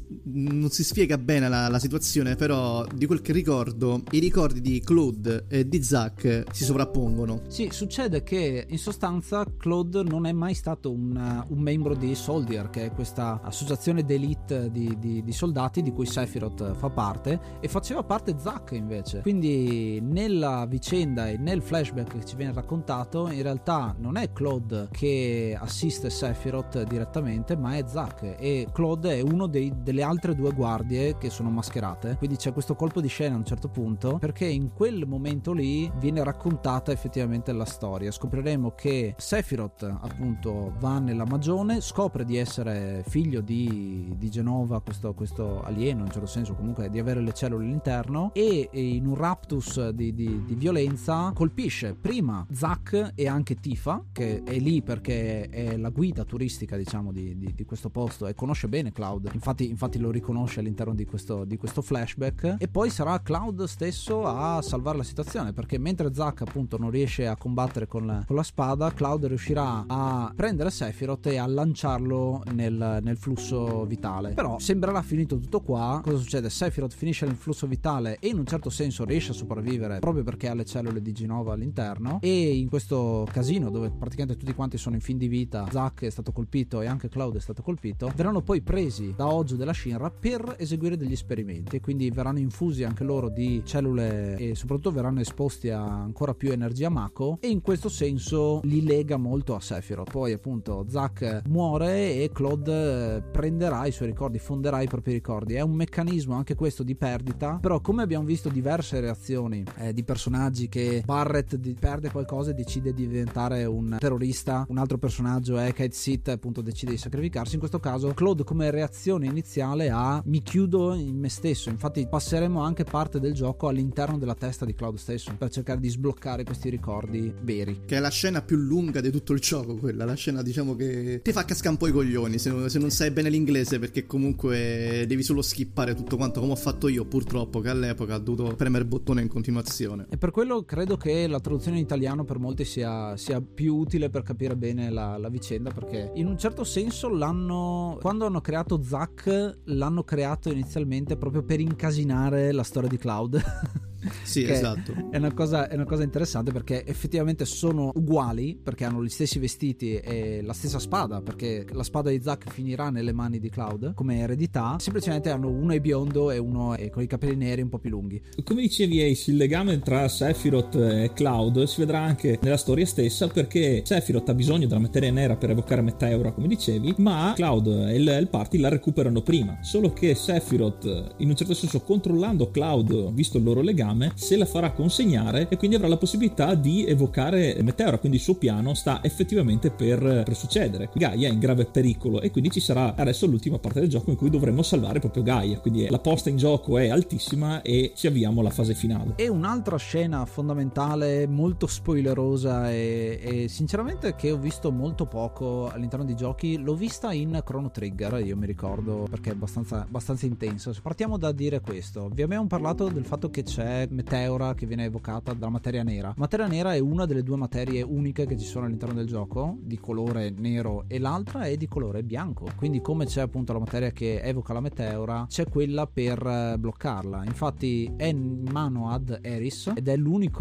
si spiega bene la situazione, però di quel che ricordo i ricordi di Claude e di Zack si sovrappongono. Sì, succede che in sostanza Claude non è mai stato un membro di Soldier, che è questa associazione d'elite di soldati di cui Sephiroth fa parte, e faceva parte Zack invece. Quindi nella vicenda e nel flashback che ci viene raccontato, in realtà non è Claude che assiste Sephiroth direttamente, ma è Zack, e Claude è uno delle altre due guardie che sono mascherate. Quindi c'è questo colpo di scena a un certo punto, perché in quel momento lì viene raccontata effettivamente la storia. Scopriremo che Sephiroth appunto va nella magione, scopre di essere figlio di Genova, questo alieno in un certo senso, comunque di avere le cellule all'interno, e in un raptus di violenza colpisce prima Zack e anche Tifa, che è lì perché è la guida turistica, diciamo, di questo posto, e conosce bene Cloud, infatti lo riconosce all'interno di questo flashback. E poi sarà Cloud stesso a salvare la situazione, perché mentre Zack appunto non riesce a combattere con la spada, Cloud riuscirà a prendere Sephiroth e a lanciarlo nel flusso vitale. Però sembrerà finito tutto qua. Cosa succede? Sephiroth finisce nel flusso vitale e in un certo senso riesce a sopravvivere proprio perché ha le cellule di Genova all'interno, e in questo casino dove praticamente tutti quanti sono in fin di vita, Zack è stato colpito e anche Cloud è stato colpito, verranno poi presi da Hojo della Shinra per eseguire degli esperimenti, e quindi verranno infusi anche loro di cellule e soprattutto verranno esposti a ancora più energia Mako, e in questo senso li lega molto a Sephiroth. Poi appunto Zack muore e Claude prenderà i suoi ricordi, fonderà i propri ricordi. È un meccanismo anche questo di perdita, però come abbiamo visto diverse reazioni di personaggi, che Barret perde qualcosa e decide di diventare un terrorista, un altro personaggio è Kate Sith, appunto decide di sacrificarsi. In questo caso Claude come reazione iniziale ha mi chiudo in me stesso. Infatti passeremo anche parte del gioco all'interno della testa di Cloud stesso per cercare di sbloccare questi ricordi veri, che è la scena più lunga di tutto il gioco, quella, la scena diciamo che ti fa cascare un po' i coglioni se non sai bene l'inglese, perché comunque devi solo skippare tutto quanto, come ho fatto io purtroppo, che all'epoca ho dovuto premere il bottone in continuazione. E per quello credo che la traduzione in italiano per molti sia più utile per capire bene la vicenda, perché in un certo senso quando hanno creato Zack l'hanno creato inizialmente proprio per incasinare la storia di Cloud. Sì, esatto. È una cosa interessante, perché effettivamente sono uguali, perché hanno gli stessi vestiti e la stessa spada, perché la spada di Zack finirà nelle mani di Cloud come eredità, semplicemente hanno uno è biondo e uno è con i capelli neri un po' più lunghi. Come dicevi Ace, il legame tra Sephiroth e Cloud si vedrà anche nella storia stessa, perché Sephiroth ha bisogno della materia nera per evocare Meteora, come dicevi, ma Cloud e il party la recuperano prima, solo che Sephiroth in un certo senso, controllando Cloud, visto il loro legame, se la farà consegnare e quindi avrà la possibilità di evocare Meteora, quindi il suo piano sta effettivamente per succedere. Gaia è in grave pericolo e quindi ci sarà adesso l'ultima parte del gioco in cui dovremo salvare proprio Gaia, quindi la posta in gioco è altissima e ci avviamo alla fase finale. E un'altra scena fondamentale, molto spoilerosa e sinceramente che ho visto molto poco all'interno di giochi, l'ho vista in Chrono Trigger, io mi ricordo, perché è abbastanza intensa. Partiamo da dire questo: vi abbiamo parlato del fatto che c'è Meteora che viene evocata dalla materia nera. Materia nera è una delle due materie uniche che ci sono all'interno del gioco, di colore nero, e l'altra è di colore bianco. Quindi come c'è appunto la materia che evoca la Meteora, c'è quella per bloccarla. Infatti è in mano ad Eris ed è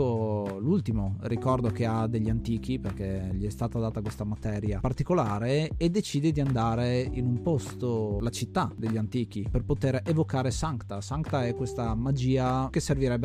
l'ultimo ricordo che ha degli antichi, perché gli è stata data questa materia particolare, e decide di andare in un posto, la città degli antichi, per poter evocare Sancta. Sancta è questa magia che servirebbe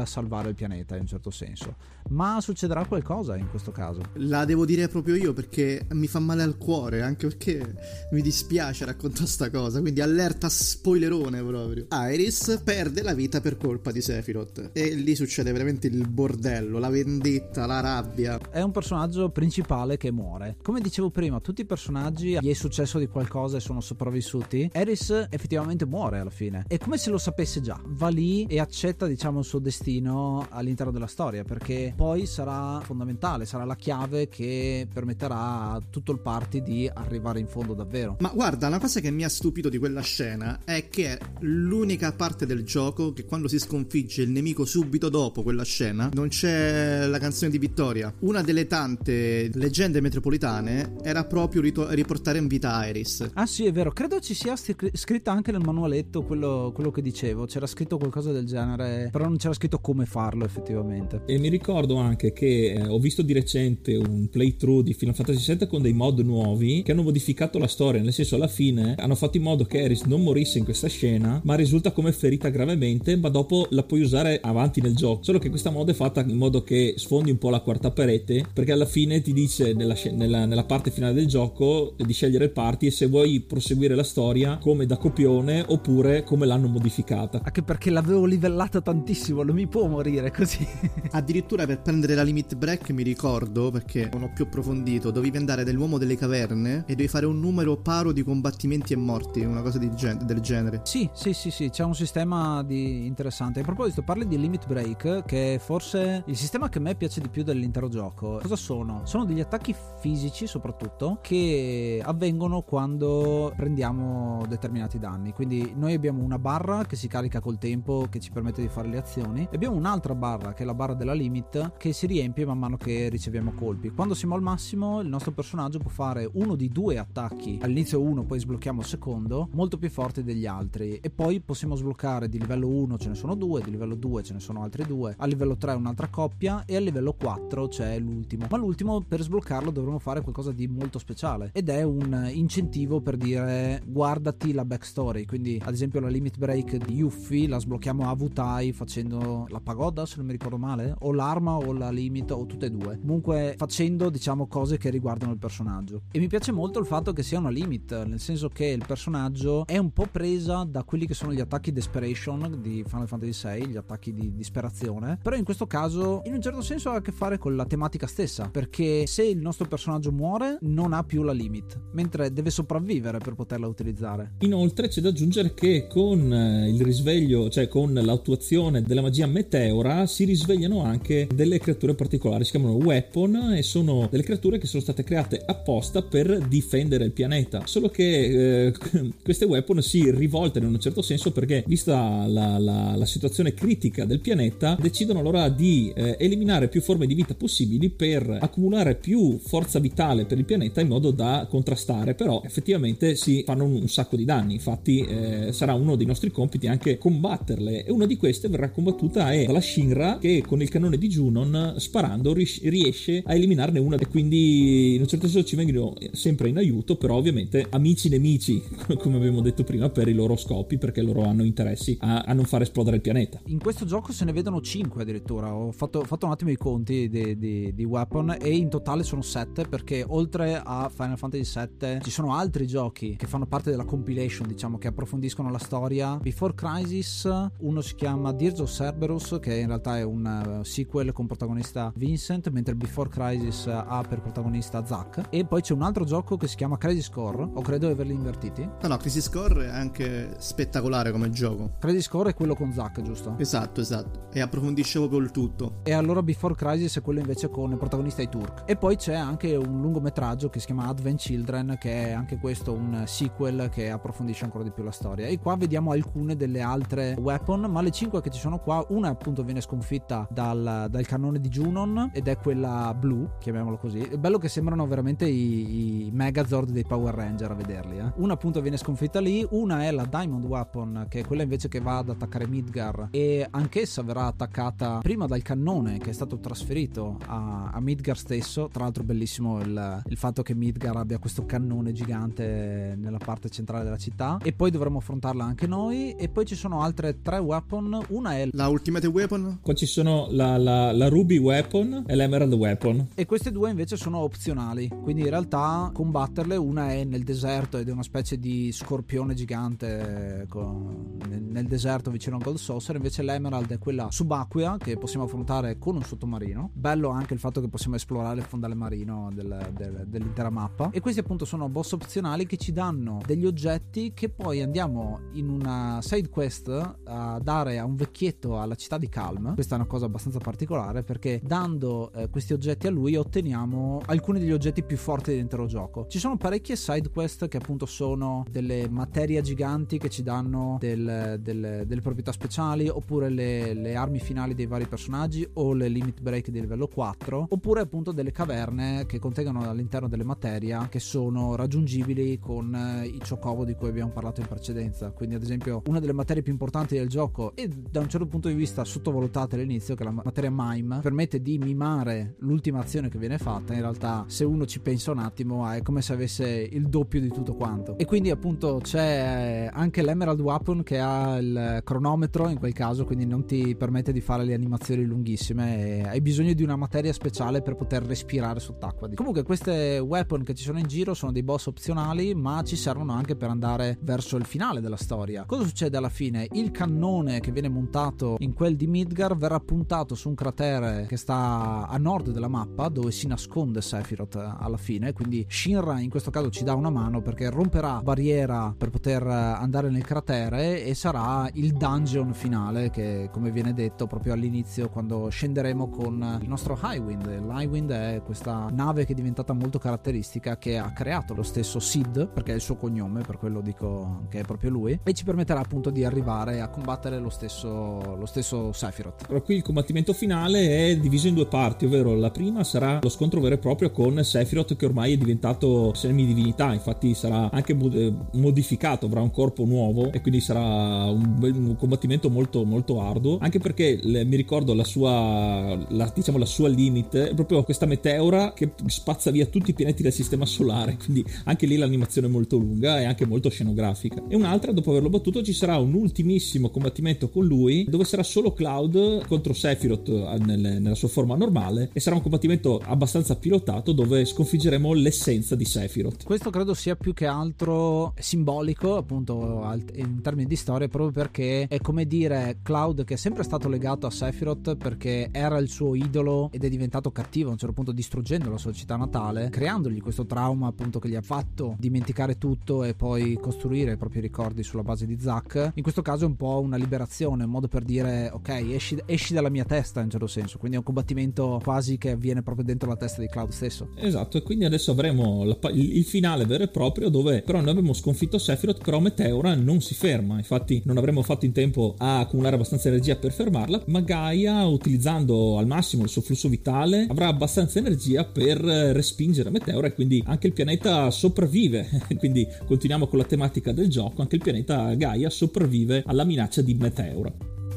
a salvare il pianeta in un certo senso. Ma succederà qualcosa in questo caso? La devo dire proprio io, perché mi fa male al cuore, anche perché mi dispiace raccontare sta cosa, quindi allerta spoilerone proprio. Iris perde la vita per colpa di Sephiroth e lì succede veramente il bordello, la vendetta, la rabbia. È un personaggio principale che muore. Come dicevo prima, tutti i personaggi gli è successo di qualcosa e sono sopravvissuti. Iris effettivamente muore alla fine. È come se lo sapesse già. Va lì e accetta, diciamo, il suo destino all'interno della storia, perché poi sarà fondamentale, sarà la chiave che permetterà a tutto il party di arrivare in fondo davvero. Ma guarda, una cosa che mi ha stupito di quella scena è che è l'unica parte del gioco che quando si sconfigge il nemico subito dopo quella scena non c'è la canzone di vittoria. Una delle tante leggende metropolitane era proprio riportare in vita Iris. Ah sì, è vero, credo ci sia scritta anche nel manualetto quello che dicevo, c'era scritto qualcosa del genere, però non c'era scritto come farlo effettivamente. E mi ricordo anche che ho visto di recente un playthrough di Final Fantasy VII con dei mod nuovi che hanno modificato la storia, nel senso alla fine hanno fatto in modo che Iris non morisse in questa scena, ma risulta come ferita gravemente, ma dopo la puoi usare avanti nel gioco, solo che questa mod è fatta in modo che sfondi un po' la quarta parete, perché alla fine ti dice nella parte finale del gioco di scegliere il party e se vuoi proseguire la storia come da copione oppure come l'hanno modificata. Anche perché l'avevo livellata tantissimo, non mi può morire così. Addirittura per prendere la limit break, mi ricordo, perché non ho più approfondito, dovevi andare nell'uomo delle caverne e dovevi fare un numero paro di combattimenti e morti, una cosa del genere. Sì, c'è un sistema interessante. A proposito, parli di limit break, che è forse il sistema che a me piace di più dell'intero gioco. Cosa sono? Sono degli attacchi fisici soprattutto che avvengono quando prendiamo determinati danni. Quindi noi abbiamo una barra che si carica col tempo, che ci permette di fare le azioni, e abbiamo un'altra barra che è la barra della limit, che si riempie man mano che riceviamo colpi. Quando siamo al massimo il nostro personaggio può fare uno di due attacchi, all'inizio uno, poi sblocchiamo il secondo, molto più forti degli altri, e poi possiamo sbloccare di livello 1 ce ne sono due, di livello 2 ce ne sono altri due, a livello 3 un'altra coppia e a livello 4 c'è l'ultimo. Ma l'ultimo, per sbloccarlo dovremo fare qualcosa di molto speciale ed è un incentivo per dire guardati la backstory. Quindi ad esempio la limit break di Yuffie la sblocchiamo a Wutai facendo la pagoda, se non mi ricordo male, o l'arma o la limit o tutte e due, comunque facendo, diciamo, cose che riguardano il personaggio. E mi piace molto il fatto che sia una limit, nel senso che il personaggio è un po' presa da quelli che sono gli attacchi desperation di Final Fantasy VI, gli attacchi di disperazione, però in questo caso in un certo senso ha a che fare con la tematica stessa, perché se il nostro personaggio muore non ha più la limit, mentre deve sopravvivere per poterla utilizzare. Inoltre c'è da aggiungere che con il risveglio, cioè con l'attuazione della magia Meteora, si risvegliano anche delle creature particolari, si chiamano weapon e sono delle creature che sono state create apposta per difendere il pianeta, solo che queste weapon si rivoltano in un certo senso perché, vista la situazione critica del pianeta, decidono allora di eliminare più forme di vita possibili per accumulare più forza vitale per il pianeta in modo da contrastare, però effettivamente si fanno un sacco di danni. Infatti sarà uno dei nostri compiti anche combatterle, e una di queste verrà combattuta dalla Shinra, che con il cannone di Junon sparando riesce a eliminarne una, e quindi in un certo senso ci vengono sempre in aiuto, però ovviamente amici nemici come abbiamo detto prima, per i loro scopi, perché loro hanno interessi a non far esplodere il pianeta. In questo gioco se ne vedono 5 addirittura, ho fatto un attimo i conti di weapon e in totale sono 7, perché oltre a Final Fantasy VII ci sono altri giochi che fanno parte della compilation, diciamo, che approfondiscono la storia. Before Crisis, uno si chiama Dirge of Cerberus, che in realtà è un sequel con protagonista Vincent, mentre Before Crisis ha per protagonista Zack, e poi c'è un altro gioco che si chiama Crisis Core, o credo di averli invertiti. No, Crisis Core è anche spettacolare come gioco. Crisis Core è quello con Zack, giusto? Esatto, e approfondisce proprio il tutto. E allora Before Crisis è quello invece con il protagonista i Turk. E poi c'è anche un lungometraggio che si chiama Advent Children, che è anche questo un sequel che approfondisce ancora di più la storia. E qua vediamo alcune delle altre weapon, ma le 5 che ci sono qua, una appunto viene sconfitta dal cannone di Junon, ed è quella blu, chiamiamolo così. È bello che sembrano veramente i Megazord dei Power Ranger a vederli, Una appunto viene sconfitta lì, una è la Diamond Weapon, che è quella invece che va ad attaccare Midgar, e anch'essa verrà attaccata prima dal cannone che è stato trasferito a Midgar stesso. Tra l'altro bellissimo il fatto che Midgar abbia questo cannone gigante nella parte centrale della città, e poi dovremo affrontarla anche noi. E poi ci sono altre 3 weapon, una è la Ultimate Ultimate Weapon? Qua ci sono la Ruby Weapon e l'Emerald Weapon. E queste due invece sono opzionali, quindi in realtà combatterle, una è nel deserto ed è una specie di scorpione gigante nel deserto vicino a Gold Saucer, invece l'Emerald è quella subacquea che possiamo affrontare con un sottomarino. Bello anche il fatto che possiamo esplorare il fondale marino dell'intera mappa. E questi appunto sono boss opzionali che ci danno degli oggetti che poi andiamo in una side quest a dare a un vecchietto alla città di Calm. Questa è una cosa abbastanza particolare, perché dando questi oggetti a lui otteniamo alcuni degli oggetti più forti dell'intero gioco. Ci sono parecchie side quest che appunto sono delle materie giganti che ci danno delle proprietà speciali, oppure le armi finali dei vari personaggi, o le limit break di livello 4, oppure appunto delle caverne che contengono all'interno delle materie che sono raggiungibili con i chocobo di cui abbiamo parlato in precedenza. Quindi ad esempio una delle materie più importanti del gioco, e da un certo punto di vista sottovalutate all'inizio, che è la materia Mime, permette di mimare l'ultima azione che viene fatta. In realtà se uno ci pensa un attimo è come se avesse il doppio di tutto quanto. E quindi appunto c'è anche l'Emerald Weapon che ha il cronometro in quel caso, quindi non ti permette di fare le animazioni lunghissime e hai bisogno di una materia speciale per poter respirare sott'acqua. Comunque queste weapon che ci sono in giro sono dei boss opzionali, ma ci servono anche per andare verso il finale della storia. Cosa succede alla fine? Il cannone che viene montato in quel di Midgar verrà puntato su un cratere che sta a nord della mappa, dove si nasconde Sephiroth alla fine, quindi Shinra in questo caso ci dà una mano perché romperà barriera per poter andare nel cratere, e sarà il dungeon finale che, come viene detto proprio all'inizio, quando scenderemo con il nostro Highwind. L'Highwind è questa nave che è diventata molto caratteristica, che ha creato lo stesso Sid, perché è il suo cognome, per quello dico che è proprio lui, e ci permetterà appunto di arrivare a combattere lo stesso Sephiroth. Però qui il combattimento finale è diviso in due parti, ovvero la prima sarà lo scontro vero e proprio con Sephiroth, che ormai è diventato semidivinità, infatti sarà anche modificato, avrà un corpo nuovo, e quindi sarà un combattimento molto molto arduo, anche perché mi ricordo la sua limit è proprio questa meteora che spazza via tutti i pianeti del sistema solare, quindi anche lì l'animazione è molto lunga e anche molto scenografica. E un'altra, dopo averlo battuto, ci sarà un ultimissimo combattimento con lui, dove sarà solo Cloud contro Sephiroth nella sua forma normale, e sarà un combattimento abbastanza pilotato dove sconfiggeremo l'essenza di Sephiroth. Questo credo sia più che altro simbolico appunto in termini di storia, proprio perché è come dire Cloud, che è sempre stato legato a Sephiroth perché era il suo idolo ed è diventato cattivo a un certo punto, distruggendo la sua città natale, creandogli questo trauma appunto che gli ha fatto dimenticare tutto e poi costruire i propri ricordi sulla base di Zack. In questo caso è un po' una liberazione, un modo per dire ok, esci dalla mia testa, in un certo senso. Quindi è un combattimento quasi che avviene proprio dentro la testa di Cloud stesso. Esatto, e quindi adesso avremo il finale vero e proprio, dove però noi abbiamo sconfitto Sephiroth, però Meteora non si ferma. Infatti non avremo fatto in tempo a accumulare abbastanza energia per fermarla, ma Gaia, utilizzando al massimo il suo flusso vitale, avrà abbastanza energia per respingere Meteora, e quindi anche il pianeta sopravvive. Quindi continuiamo con la tematica del gioco, anche il pianeta Gaia sopravvive alla minaccia di Meteora.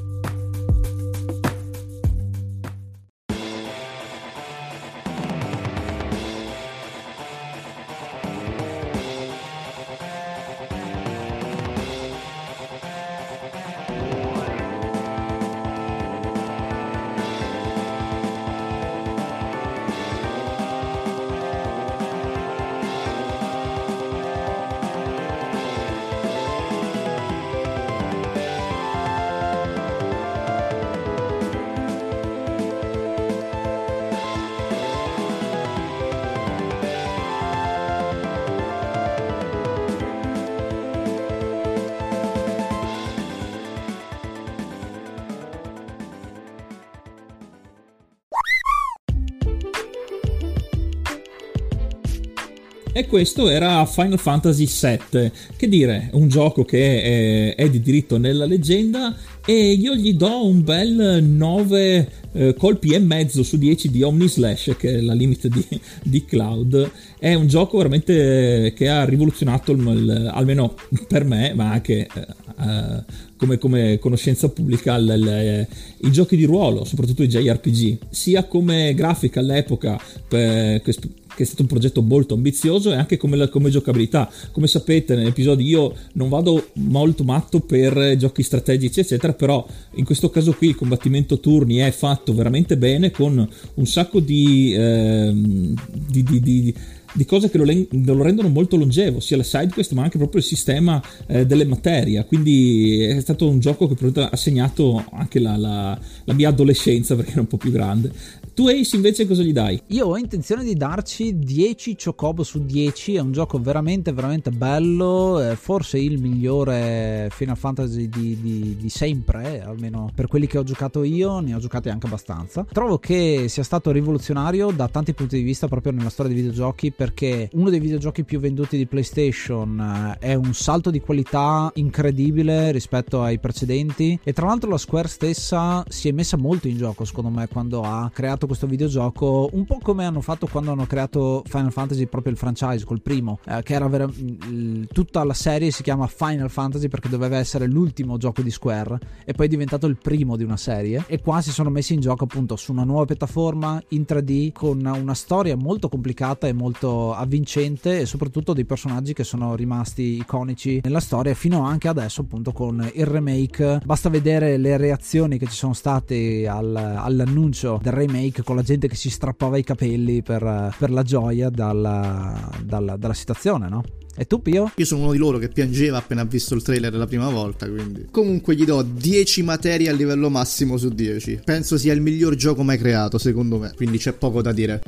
E questo era Final Fantasy VII. Che dire, un gioco che è di diritto nella leggenda, e io gli do un bel 9 colpi e mezzo su 10 di Omnislash, che è la limite di Cloud. È un gioco veramente che ha rivoluzionato almeno per me, ma anche come conoscenza pubblica, i giochi di ruolo, soprattutto i JRPG, sia come grafica all'epoca, che è stato un progetto molto ambizioso, e anche come giocabilità. Come sapete nell'episodio io non vado molto matto per giochi strategici eccetera, però in questo caso qui il combattimento turni è fatto veramente bene, con un sacco di cose che lo rendono molto longevo, sia la side quest ma anche proprio il sistema delle materie. Quindi è stato un gioco che ha segnato anche la mia adolescenza, perché era un po' più grande. Tu Ace invece cosa gli dai? Io ho intenzione di darci 10 Chocobo su 10, è un gioco veramente veramente bello, forse il migliore Final Fantasy di sempre, almeno per quelli che ho giocato io, ne ho giocati anche abbastanza. Trovo che sia stato rivoluzionario da tanti punti di vista proprio nella storia dei videogiochi, perché uno dei videogiochi più venduti di PlayStation, è un salto di qualità incredibile rispetto ai precedenti, e tra l'altro la Square stessa si è messa molto in gioco secondo me quando ha creato questo videogioco, un po' come hanno fatto quando hanno creato Final Fantasy, proprio il franchise col primo, che era tutta la serie si chiama Final Fantasy perché doveva essere l'ultimo gioco di Square e poi è diventato il primo di una serie, e qua si sono messi in gioco appunto su una nuova piattaforma in 3D con una storia molto complicata e molto avvincente, e soprattutto dei personaggi che sono rimasti iconici nella storia fino anche adesso, appunto con il remake. Basta vedere le reazioni che ci sono state all'annuncio del remake, con la gente che si strappava i capelli per la gioia dalla situazione, no? E tu Pio? Io sono uno di loro che piangeva appena ha visto il trailer la prima volta, quindi comunque gli do 10 materie a livello massimo su 10. Penso sia il miglior gioco mai creato, secondo me, quindi c'è poco da dire.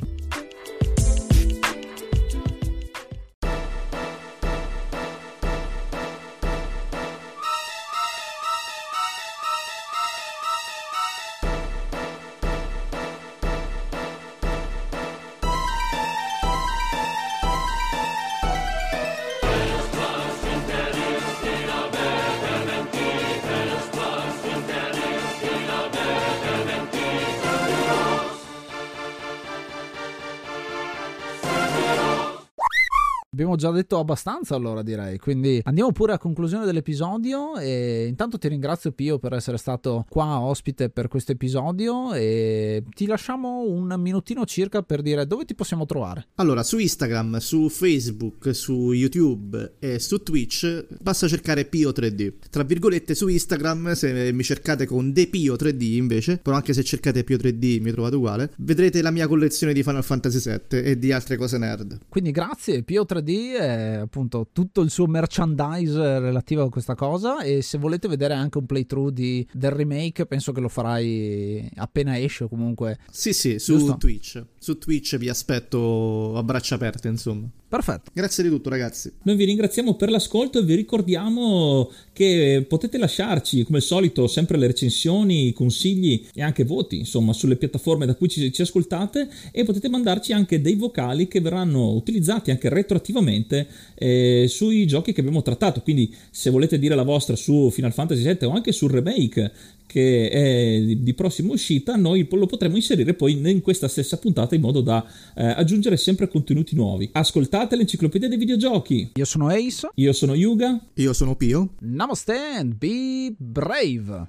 Abbiamo già detto abbastanza, allora direi, quindi andiamo pure a conclusione dell'episodio. E intanto ti ringrazio Pio per essere stato qua ospite per questo episodio, e ti lasciamo un minutino circa per dire dove ti possiamo trovare. Allora, su Instagram, su Facebook, su YouTube e su Twitch basta cercare Pio 3D. Tra virgolette, su Instagram se mi cercate con DePio 3D invece, però anche se cercate Pio 3D mi trovate uguale, vedrete la mia collezione di Final Fantasy VII e di altre cose nerd. Quindi grazie Pio 3D, e appunto tutto il suo merchandise relativo a questa cosa. E se volete vedere anche un playthrough del remake, penso che lo farai appena esce, comunque. Sì, su Twitch vi aspetto a braccia aperte, insomma. Perfetto. Grazie di tutto, ragazzi. Noi vi ringraziamo per l'ascolto e vi ricordiamo che potete lasciarci, come al solito, sempre le recensioni, i consigli e anche voti, insomma, sulle piattaforme da cui ci ascoltate, e potete mandarci anche dei vocali che verranno utilizzati anche retroattivamente sui giochi che abbiamo trattato. Quindi se volete dire la vostra su Final Fantasy VII o anche sul remake che è di prossima uscita, noi lo potremo inserire poi in questa stessa puntata in modo da aggiungere sempre contenuti nuovi. Ascoltate l'Enciclopedia dei Videogiochi. Io sono Ace. Io sono Yuga. Io sono Pio. Namaste and be brave.